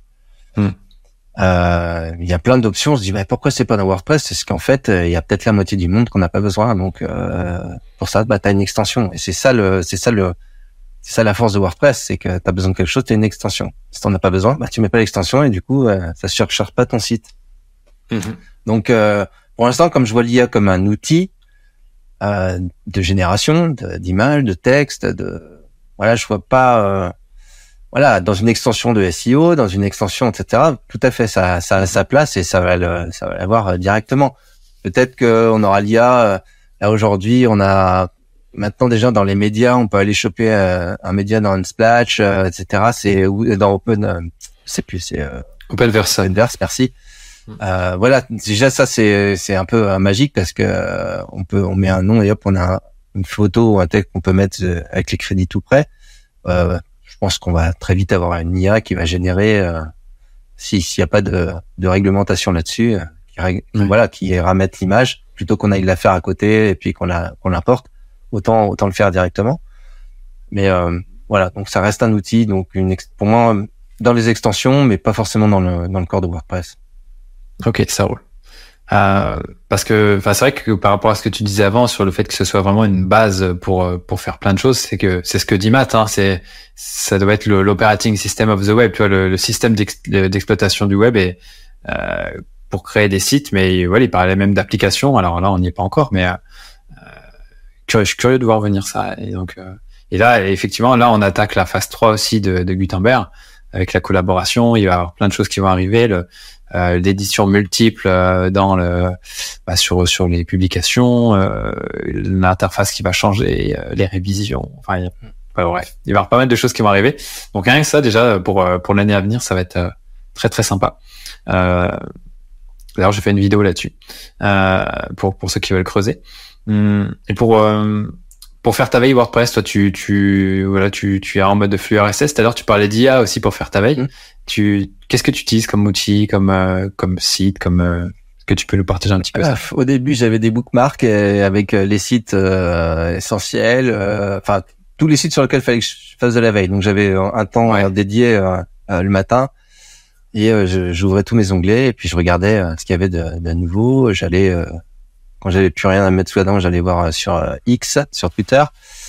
Il y a plein d'options. On se dit, bah, pourquoi c'est pas dans WordPress? C'est ce qu'en fait, il y a peut-être la moitié du monde qu'on n'a pas besoin. Donc, pour ça, bah, t'as une extension. Et c'est ça la force de WordPress, c'est que t'as besoin de quelque chose, t'as une extension. Si t'en as pas besoin, bah, tu mets pas l'extension et du coup, ça surcharge pas ton site. Donc, pour l'instant, comme je vois l'IA comme un outil, de génération, d'images, de textes, voilà, je vois pas, voilà, dans une extension de SEO, dans une extension, etc. Tout à fait, ça a sa place et ça va l'avoir directement. Peut-être qu'on aura l'IA. Là aujourd'hui, on a maintenant déjà dans les médias, on peut aller choper un média dans Unsplash, etc. C'est dans Open, Openverse. Openverse, merci. Voilà, déjà ça c'est un peu magique parce que on met un nom et hop on a une photo ou un texte qu'on peut mettre avec les crédits tout près. Je pense qu'on va très vite avoir une IA qui va générer s'il y a pas de réglementation là-dessus, voilà, qui ramène l'image plutôt qu'on aille la faire à côté et puis qu'on l'importe. Autant le faire directement. Mais voilà, donc ça reste un outil, donc pour moi dans les extensions, mais pas forcément dans le corps de WordPress. Ok, ça roule. Parce que, c'est vrai que par rapport à ce que tu disais avant sur le fait que ce soit vraiment une base pour faire plein de choses, c'est ce que dit Matt, hein, ça doit être l'operating system of the web, tu vois, le système d'exploitation du web et pour créer des sites, mais voilà, il parlait même d'applications. Alors là, on n'y est pas encore, mais je suis curieux de voir venir ça. Et donc, et là, effectivement, là, on attaque la phase 3 aussi de Gutenberg avec la collaboration. Il va y avoir plein de choses qui vont arriver. L'édition multiple sur les publications, l'interface qui va changer, les révisions. Enfin, bref, il va y avoir pas mal de choses qui vont arriver. Donc rien que ça, déjà pour l'année à venir, ça va être très très sympa. D'ailleurs, j'ai fait une vidéo là-dessus pour ceux qui veulent creuser. Et pour faire ta veille WordPress, toi, tu es en mode de flux RSS. Tout à l'heure, tu parlais d'IA aussi pour faire ta veille. Qu'est-ce que tu utilises comme outil, comme site, est-ce que tu peux nous partager un petit peu ça? Au début, j'avais des bookmarks avec les sites essentiels, enfin tous les sites sur lesquels il fallait que je fasse de la veille. Donc j'avais un temps dédié le matin et j'ouvrais tous mes onglets et puis je regardais ce qu'il y avait de nouveau. J'allais quand j'avais plus rien à mettre sous la dent, j'allais voir sur X, sur Twitter,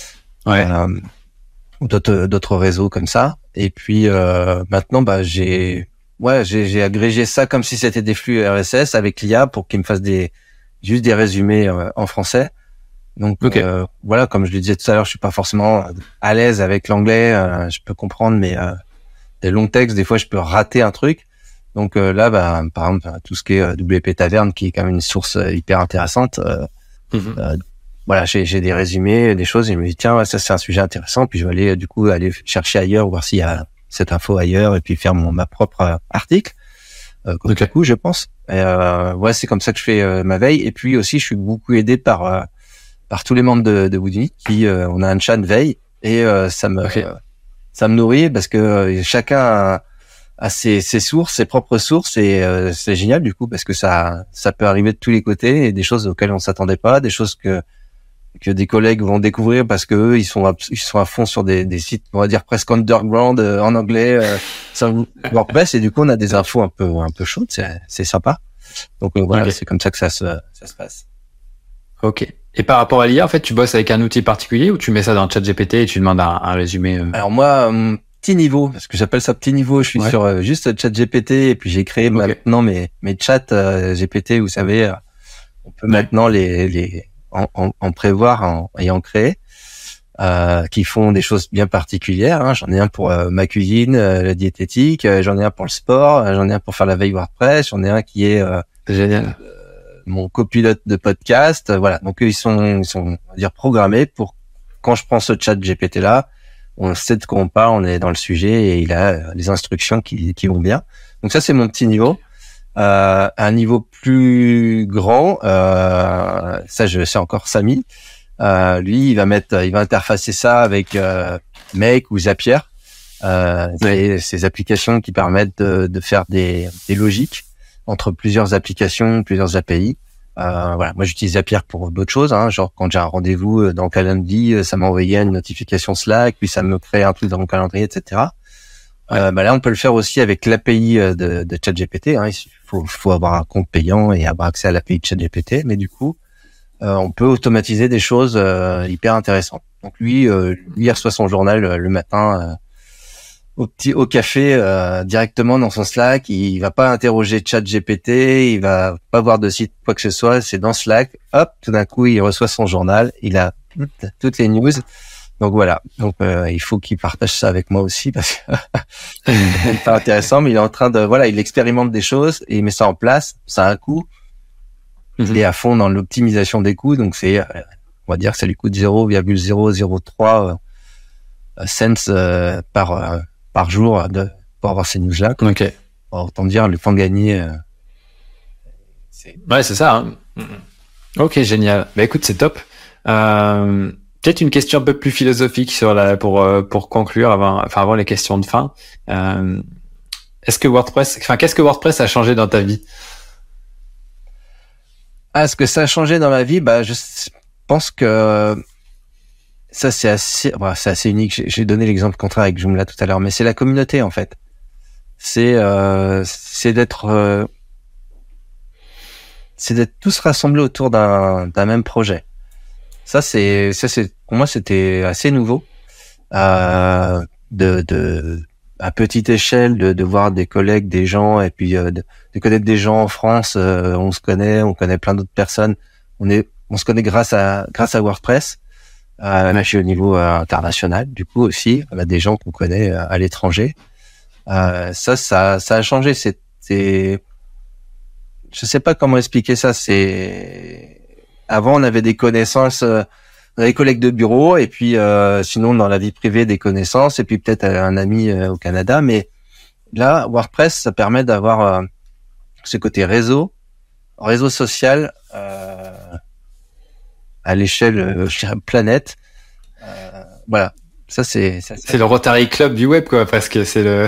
ou d'autres réseaux comme ça. Et puis maintenant, j'ai agrégé ça comme si c'était des flux RSS avec l'IA pour qu'il me fasse juste des résumés en français. Donc voilà, comme je le disais tout à l'heure, je suis pas forcément à l'aise avec l'anglais. Je peux comprendre, mais des longs textes, des fois, je peux rater un truc. Donc là, par exemple, tout ce qui est WP Taverne, qui est quand même une source hyper intéressante. Voilà, j'ai des résumés, des choses, et je me dis tiens, ça c'est un sujet intéressant. Puis je vais aller chercher ailleurs, voir s'il y a cette info ailleurs, et puis faire ma propre article. Du coup, je pense. Et, c'est comme ça que je fais ma veille. Et puis aussi, je suis beaucoup aidé par tous les membres de Woodunit, qui on a un chat de veille, et ça me nourrit parce que chacun a ses sources, ses propres sources, et c'est génial du coup parce que ça peut arriver de tous les côtés, et des choses auxquelles on s'attendait pas, des choses que des collègues vont découvrir parce que eux, ils sont à fond sur des sites, on va dire presque underground en anglais, sur WordPress, et du coup on a des infos un peu chaudes, c'est sympa. Donc voilà, c'est comme ça que ça se passe. Ok. Et par rapport à l'IA, en fait, tu bosses avec un outil particulier ou tu mets ça dans ChatGPT et tu demandes un résumé Alors moi, petit niveau, parce que j'appelle ça petit niveau. Je suis sur juste ChatGPT et puis j'ai créé maintenant mes chats GPT. Vous savez, on peut maintenant en prévoir et en créer. Qui font des choses bien particulières. Hein. J'en ai un pour ma cuisine, la diététique. J'en ai un pour le sport. J'en ai un pour faire la veille WordPress. J'en ai un qui est génial. Mon copilote de podcast. Voilà. Donc ils sont, on va dire, programmés pour quand je prends ce chat GPT là, on sait de quoi on parle, on est dans le sujet et il a les instructions qui vont bien. Donc ça c'est mon petit niveau. Un niveau plus grand, c'est encore Samy. Lui, il va interfacer ça avec Make ou Zapier, ces applications qui permettent de faire des logiques entre plusieurs applications, plusieurs API. Voilà, moi j'utilise Zapier pour d'autres choses, hein, genre quand j'ai un rendez-vous dans Calendly, ça m'envoyait une notification Slack, puis ça me crée un truc dans mon calendrier, etc. Là, on peut le faire aussi avec l'API de ChatGPT. Hein. Il faut avoir un compte payant et avoir accès à l'API de ChatGPT, mais du coup, on peut automatiser des choses hyper intéressantes. Donc lui, il reçoit son journal le matin au café directement dans son Slack. Il va pas interroger ChatGPT, il va pas voir de site quoi que ce soit. C'est dans Slack. Hop, tout d'un coup, il reçoit son journal. Il a toutes les news. Donc voilà. Donc il faut qu'il partage ça avec moi aussi parce que c'est pas intéressant. Mais il est en train il expérimente des choses et il met ça en place. Ça a un coût. Il est à fond dans l'optimisation des coûts, donc on va dire que ça lui coûte 0,003 cents par jour pour avoir ces news-là. Ok. Autant dire le temps gagné. Ouais, c'est ça. Hein. Ok, génial. Bah écoute, c'est top. Peut-être une question un peu plus philosophique pour conclure avant les questions de fin. Qu'est-ce que WordPress a changé dans ta vie? Ce que ça a changé dans ma vie, je pense que ça c'est assez unique. J'ai donné l'exemple contraire avec Joomla tout à l'heure, mais c'est la communauté en fait. C'est d'être tous rassemblés autour d'un même projet. Ça c'est pour moi c'était assez nouveau. À petite échelle de voir des collègues, des gens et puis de connaître des gens en France, on connaît plein d'autres personnes. On se connaît grâce à WordPress. Là, je suis au niveau international, du coup aussi, on a des gens qu'on connaît à l'étranger. Ça a changé. Je sais pas comment expliquer ça. Avant on avait des connaissances. On a des collègues de bureau et puis sinon dans la vie privée des connaissances et puis peut-être un ami au Canada, mais là WordPress ça permet d'avoir ce côté réseau social à l'échelle je dirais planète. Voilà, ça c'est le Rotary Club du web quoi, parce que c'est le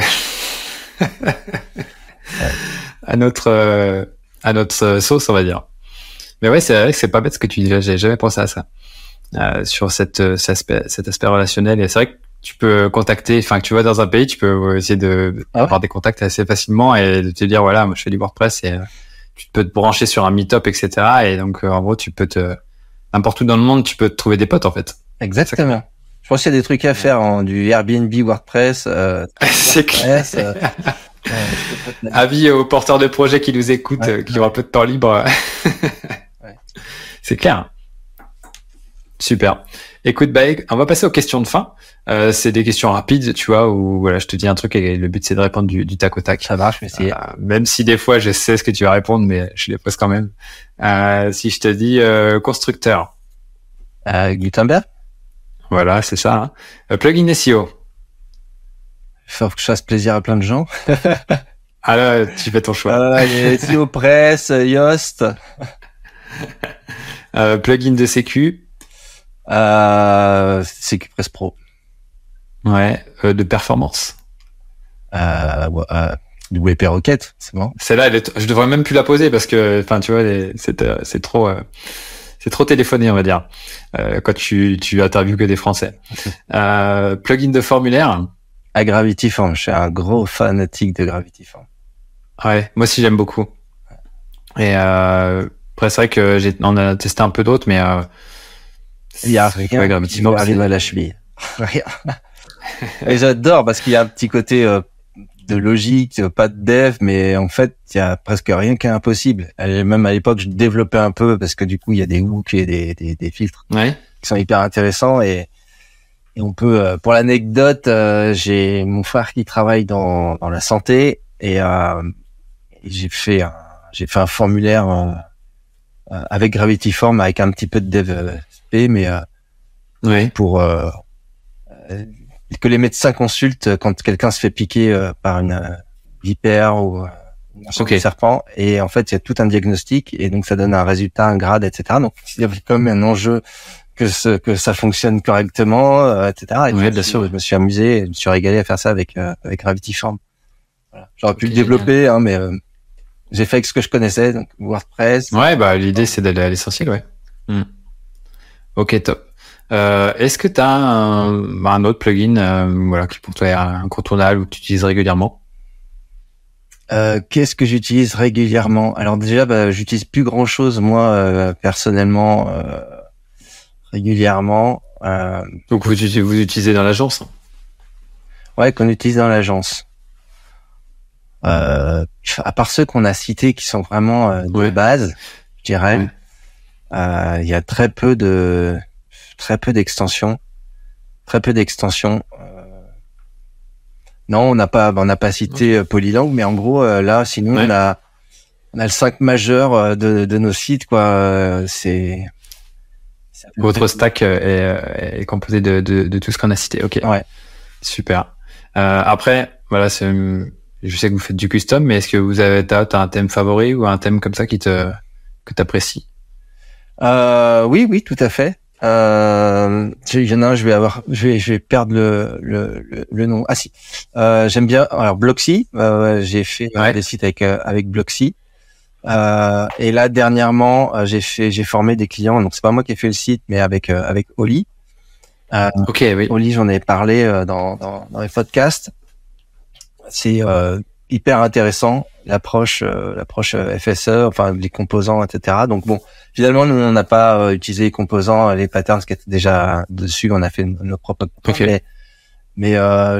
à notre sauce on va dire. Mais ouais, c'est vrai que c'est pas bête ce que tu dis là, j'ai jamais pensé à ça. Sur cet aspect relationnel, et c'est vrai que tu peux contacter, que tu vas dans un pays, tu peux essayer avoir des contacts assez facilement et de te dire voilà, moi je fais du WordPress et tu peux te brancher sur un meet-up, etc. Et donc en gros tu peux n'importe où dans le monde tu peux te trouver des potes en fait. Exactement. Je pense qu'il y a des trucs à faire du Airbnb WordPress. C'est clair. Avis aux porteurs de projets qui nous écoutent, qui ont un peu de temps libre. C'est clair. Super. Écoute, on va passer aux questions de fin. C'est des questions rapides, tu vois, où voilà, je te dis un truc et le but c'est de répondre du tac au tac. Ça marche, mais c'est même si des fois je sais ce que tu vas répondre, mais je les pose quand même. Si je te dis constructeur. Gutenberg. Voilà, c'est ça. Hein. Plugin SEO. Faut que je fasse plaisir à plein de gens. Ah là, tu fais ton choix. SEO Press, Yoast. Plugin de sécu. CQ Press Pro. Ouais. De performance. Du WP Rocket, c'est bon. Celle-là, je devrais même plus la poser parce que, tu vois, c'est trop téléphoné, on va dire, quand tu interviews que des Français. Plugin de formulaire. À Gravity Form. Je suis un gros fanatique de Gravity Form. Ouais, moi aussi j'aime beaucoup. Et après c'est vrai que on a testé un peu d'autres, mais il y a rien Gravity qui Form arrive à la cheville. Rien. Et j'adore parce qu'il y a un petit côté de logique, pas de dev, mais en fait, il y a presque rien qui est impossible. Et même à l'époque, je développais un peu parce que du coup, il y a des hooks et des filtres qui sont hyper intéressants et on peut, pour l'anecdote, j'ai mon frère qui travaille dans la santé et j'ai fait un formulaire avec Gravity Form avec un petit peu de dev SP, mais pour que les médecins consultent quand quelqu'un se fait piquer par une vipère ou un serpent. Et en fait, il y a tout un diagnostic et donc ça donne un résultat, un grade, etc. Donc il y avait quand même un enjeu que ça fonctionne correctement, etc. Et bien sûr. Je me suis amusé, je me suis régalé à faire ça avec Gravity Form. Voilà. J'aurais pu le développer, hein, mais j'ai fait avec ce que je connaissais, donc WordPress. Ouais, l'idée c'est d'aller à l'essentiel, ouais. Ok, top. Est-ce que tu as un autre plugin qui pour toi est incontournable ou que tu utilises régulièrement? Qu'est-ce que j'utilise régulièrement? Alors déjà, j'utilise plus grand-chose moi personnellement régulièrement. Donc vous utilisez dans l'agence? Ouais, qu'on utilise dans l'agence. À part ceux qu'on a cités qui sont vraiment de base, je dirais, il y a très peu d'extensions. Non, on n'a pas cité Polylang, mais en gros là, sinon on a le 5 majeur de nos sites, quoi. Votre stack est composé de tout ce qu'on a cité. Ok. Ouais. Super. Après, voilà, je sais que vous faites du custom, mais est-ce que t'as un thème favori ou un thème comme ça que t'apprécies? Oui, tout à fait. Il y en a un, je vais perdre le nom. Ah si. J'aime bien. Alors Blocksy, j'ai fait des sites avec Blocksy. Et là dernièrement, j'ai formé des clients. Donc c'est pas moi qui ai fait le site, mais avec Oli. Ok, oui. Oli, j'en ai parlé dans les podcasts. C'est hyper intéressant l'approche FSE, enfin les composants, etc. Donc bon, finalement nous on n'a pas utilisé les composants, les patterns qui étaient déjà dessus, on a fait nos propres composants. Mais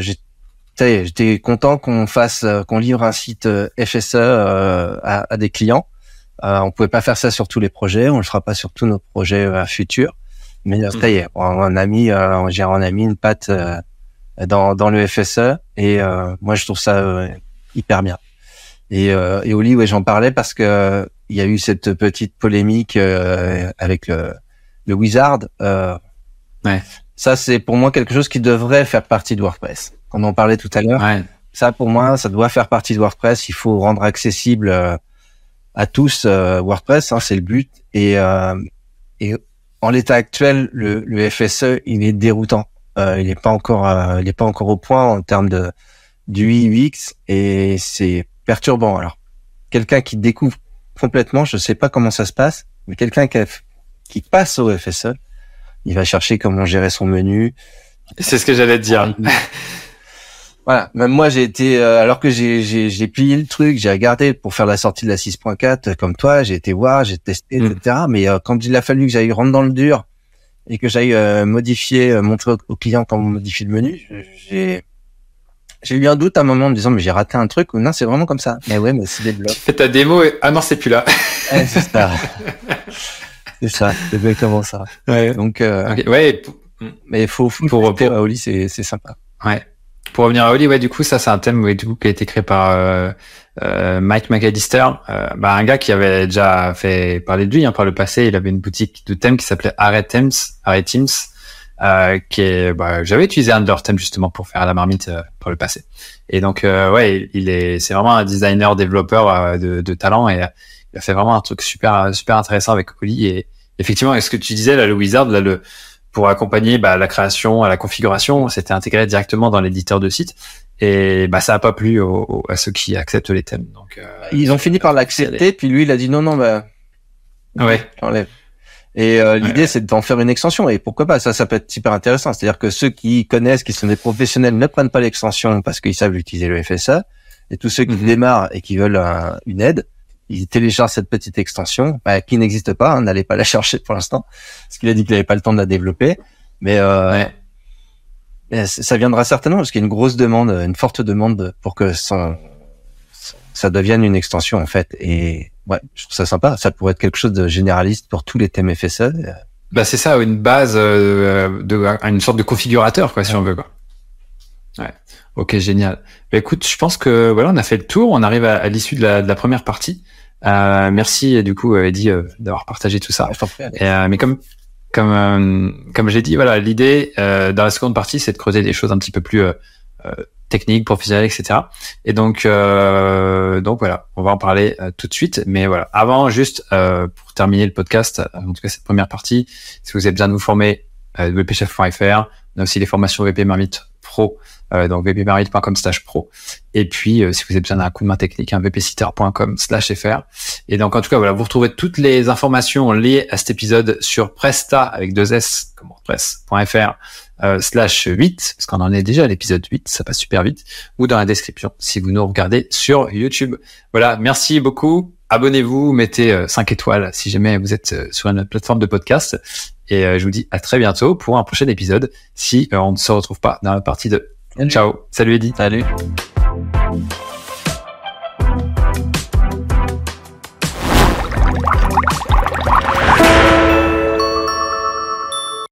j'étais content qu'on livre un site FSE à des clients. On pouvait pas faire ça sur tous les projets, on le fera pas sur tous nos projets futurs. Mais ça y est, on a mis une patte dans le FSE et moi je trouve ça hyper bien. Et Oli, j'en parlais parce que il y a eu cette petite polémique avec le Wizard. Ça c'est pour moi quelque chose qui devrait faire partie de WordPress. On en parlait tout à l'heure. Ça pour moi, ça doit faire partie de WordPress. Il faut rendre accessible à tous WordPress, hein, c'est le but. Et en l'état actuel, le FSE, il est déroutant. Il est pas encore au point en termes du UX et c'est perturbant. Alors, quelqu'un qui découvre complètement, je sais pas comment ça se passe, mais quelqu'un qui passe au FSE, il va chercher comment gérer son menu. C'est ce que j'allais te dire. Voilà. Même moi, j'ai été, alors que j'ai plié le truc, j'ai regardé pour faire la sortie de la 6.4, comme toi, j'ai été voir, j'ai testé, etc. Mais quand il a fallu que j'aille rentrer dans le dur et que j'aille montrer au client comment modifier le menu, j'ai eu un doute à un moment en me disant mais j'ai raté un truc ou non, c'est vraiment comme ça. Mais ouais, mais c'est des blocs. Tu fais ta démo et non, c'est plus là. C'est ça. C'est exactement ça. Ouais. Donc ouais. Mais il faut pour Oli, c'est sympa. Ouais. Pour revenir à Oli, du coup ça c'est un thème du coup qui a été créé par Mike McAllister, un gars qui avait déjà fait parler de lui par le passé. Il avait une boutique de thèmes qui s'appelait Array Themes, j'avais utilisé un de leurs thèmes justement pour faire la marmite par le passé. Et donc c'est vraiment un designer développeur de talent et il a fait vraiment un truc super intéressant avec Oli. Et effectivement, est-ce que tu disais là, le Wizard là, pour accompagner la création, à la configuration, c'était intégré directement dans l'éditeur de site. Et ça a pas plu à ceux qui acceptent les thèmes. Donc ils ont fini par l'accepter, puis lui il a dit non, j'enlève. Et l'idée c'est d'en faire une extension. Et pourquoi pas, ça peut être super intéressant. C'est-à-dire que ceux qui connaissent, qui sont des professionnels, ne prennent pas l'extension parce qu'ils savent utiliser le FSE. Et tous ceux qui démarrent et qui veulent une aide, ils téléchargent cette petite extension qui n'existe pas. N'allez pas la chercher pour l'instant parce qu'il a dit qu'il n'avait pas le temps de la développer. Mais Ça viendra certainement parce qu'il y a une grosse demande, une forte demande pour que ça devienne une extension en fait. Et ouais, je trouve ça sympa. Ça pourrait être quelque chose de généraliste pour tous les thèmes FSE. Bah c'est ça, une base une sorte de configurateur quoi, si on veut quoi. Ouais. Ok, génial. Bah, écoute, je pense que voilà, on a fait le tour. On arrive à l'issue de la première partie. Merci du coup, Eddy, d'avoir partagé tout ça. Mais comme j'ai dit, voilà, l'idée dans la seconde partie, c'est de creuser des choses un petit peu plus techniques, professionnelles, etc. Et donc voilà, on va en parler tout de suite. Mais voilà, avant, juste pour terminer le podcast, en tout cas cette première partie, si vous avez besoin de vous former, wpchef.fr, on a aussi les formations VP Marmite Pro, donc vpmarmite.com/pro. Et puis, si vous avez besoin d'un coup de main technique, vpsitter.com/fr. Et donc, en tout cas, voilà, vous retrouvez toutes les informations liées à cet épisode sur Presta avec 2S, comme WordPress.fr, /8, parce qu'on en est déjà à l'épisode 8, ça passe super vite, ou dans la description, si vous nous regardez sur YouTube. Voilà, merci beaucoup. Abonnez-vous, mettez 5 étoiles si jamais vous êtes sur une plateforme de podcast. Et je vous dis à très bientôt pour un prochain épisode si on ne se retrouve pas dans la partie 2. Ciao. Salut Eddy. Salut.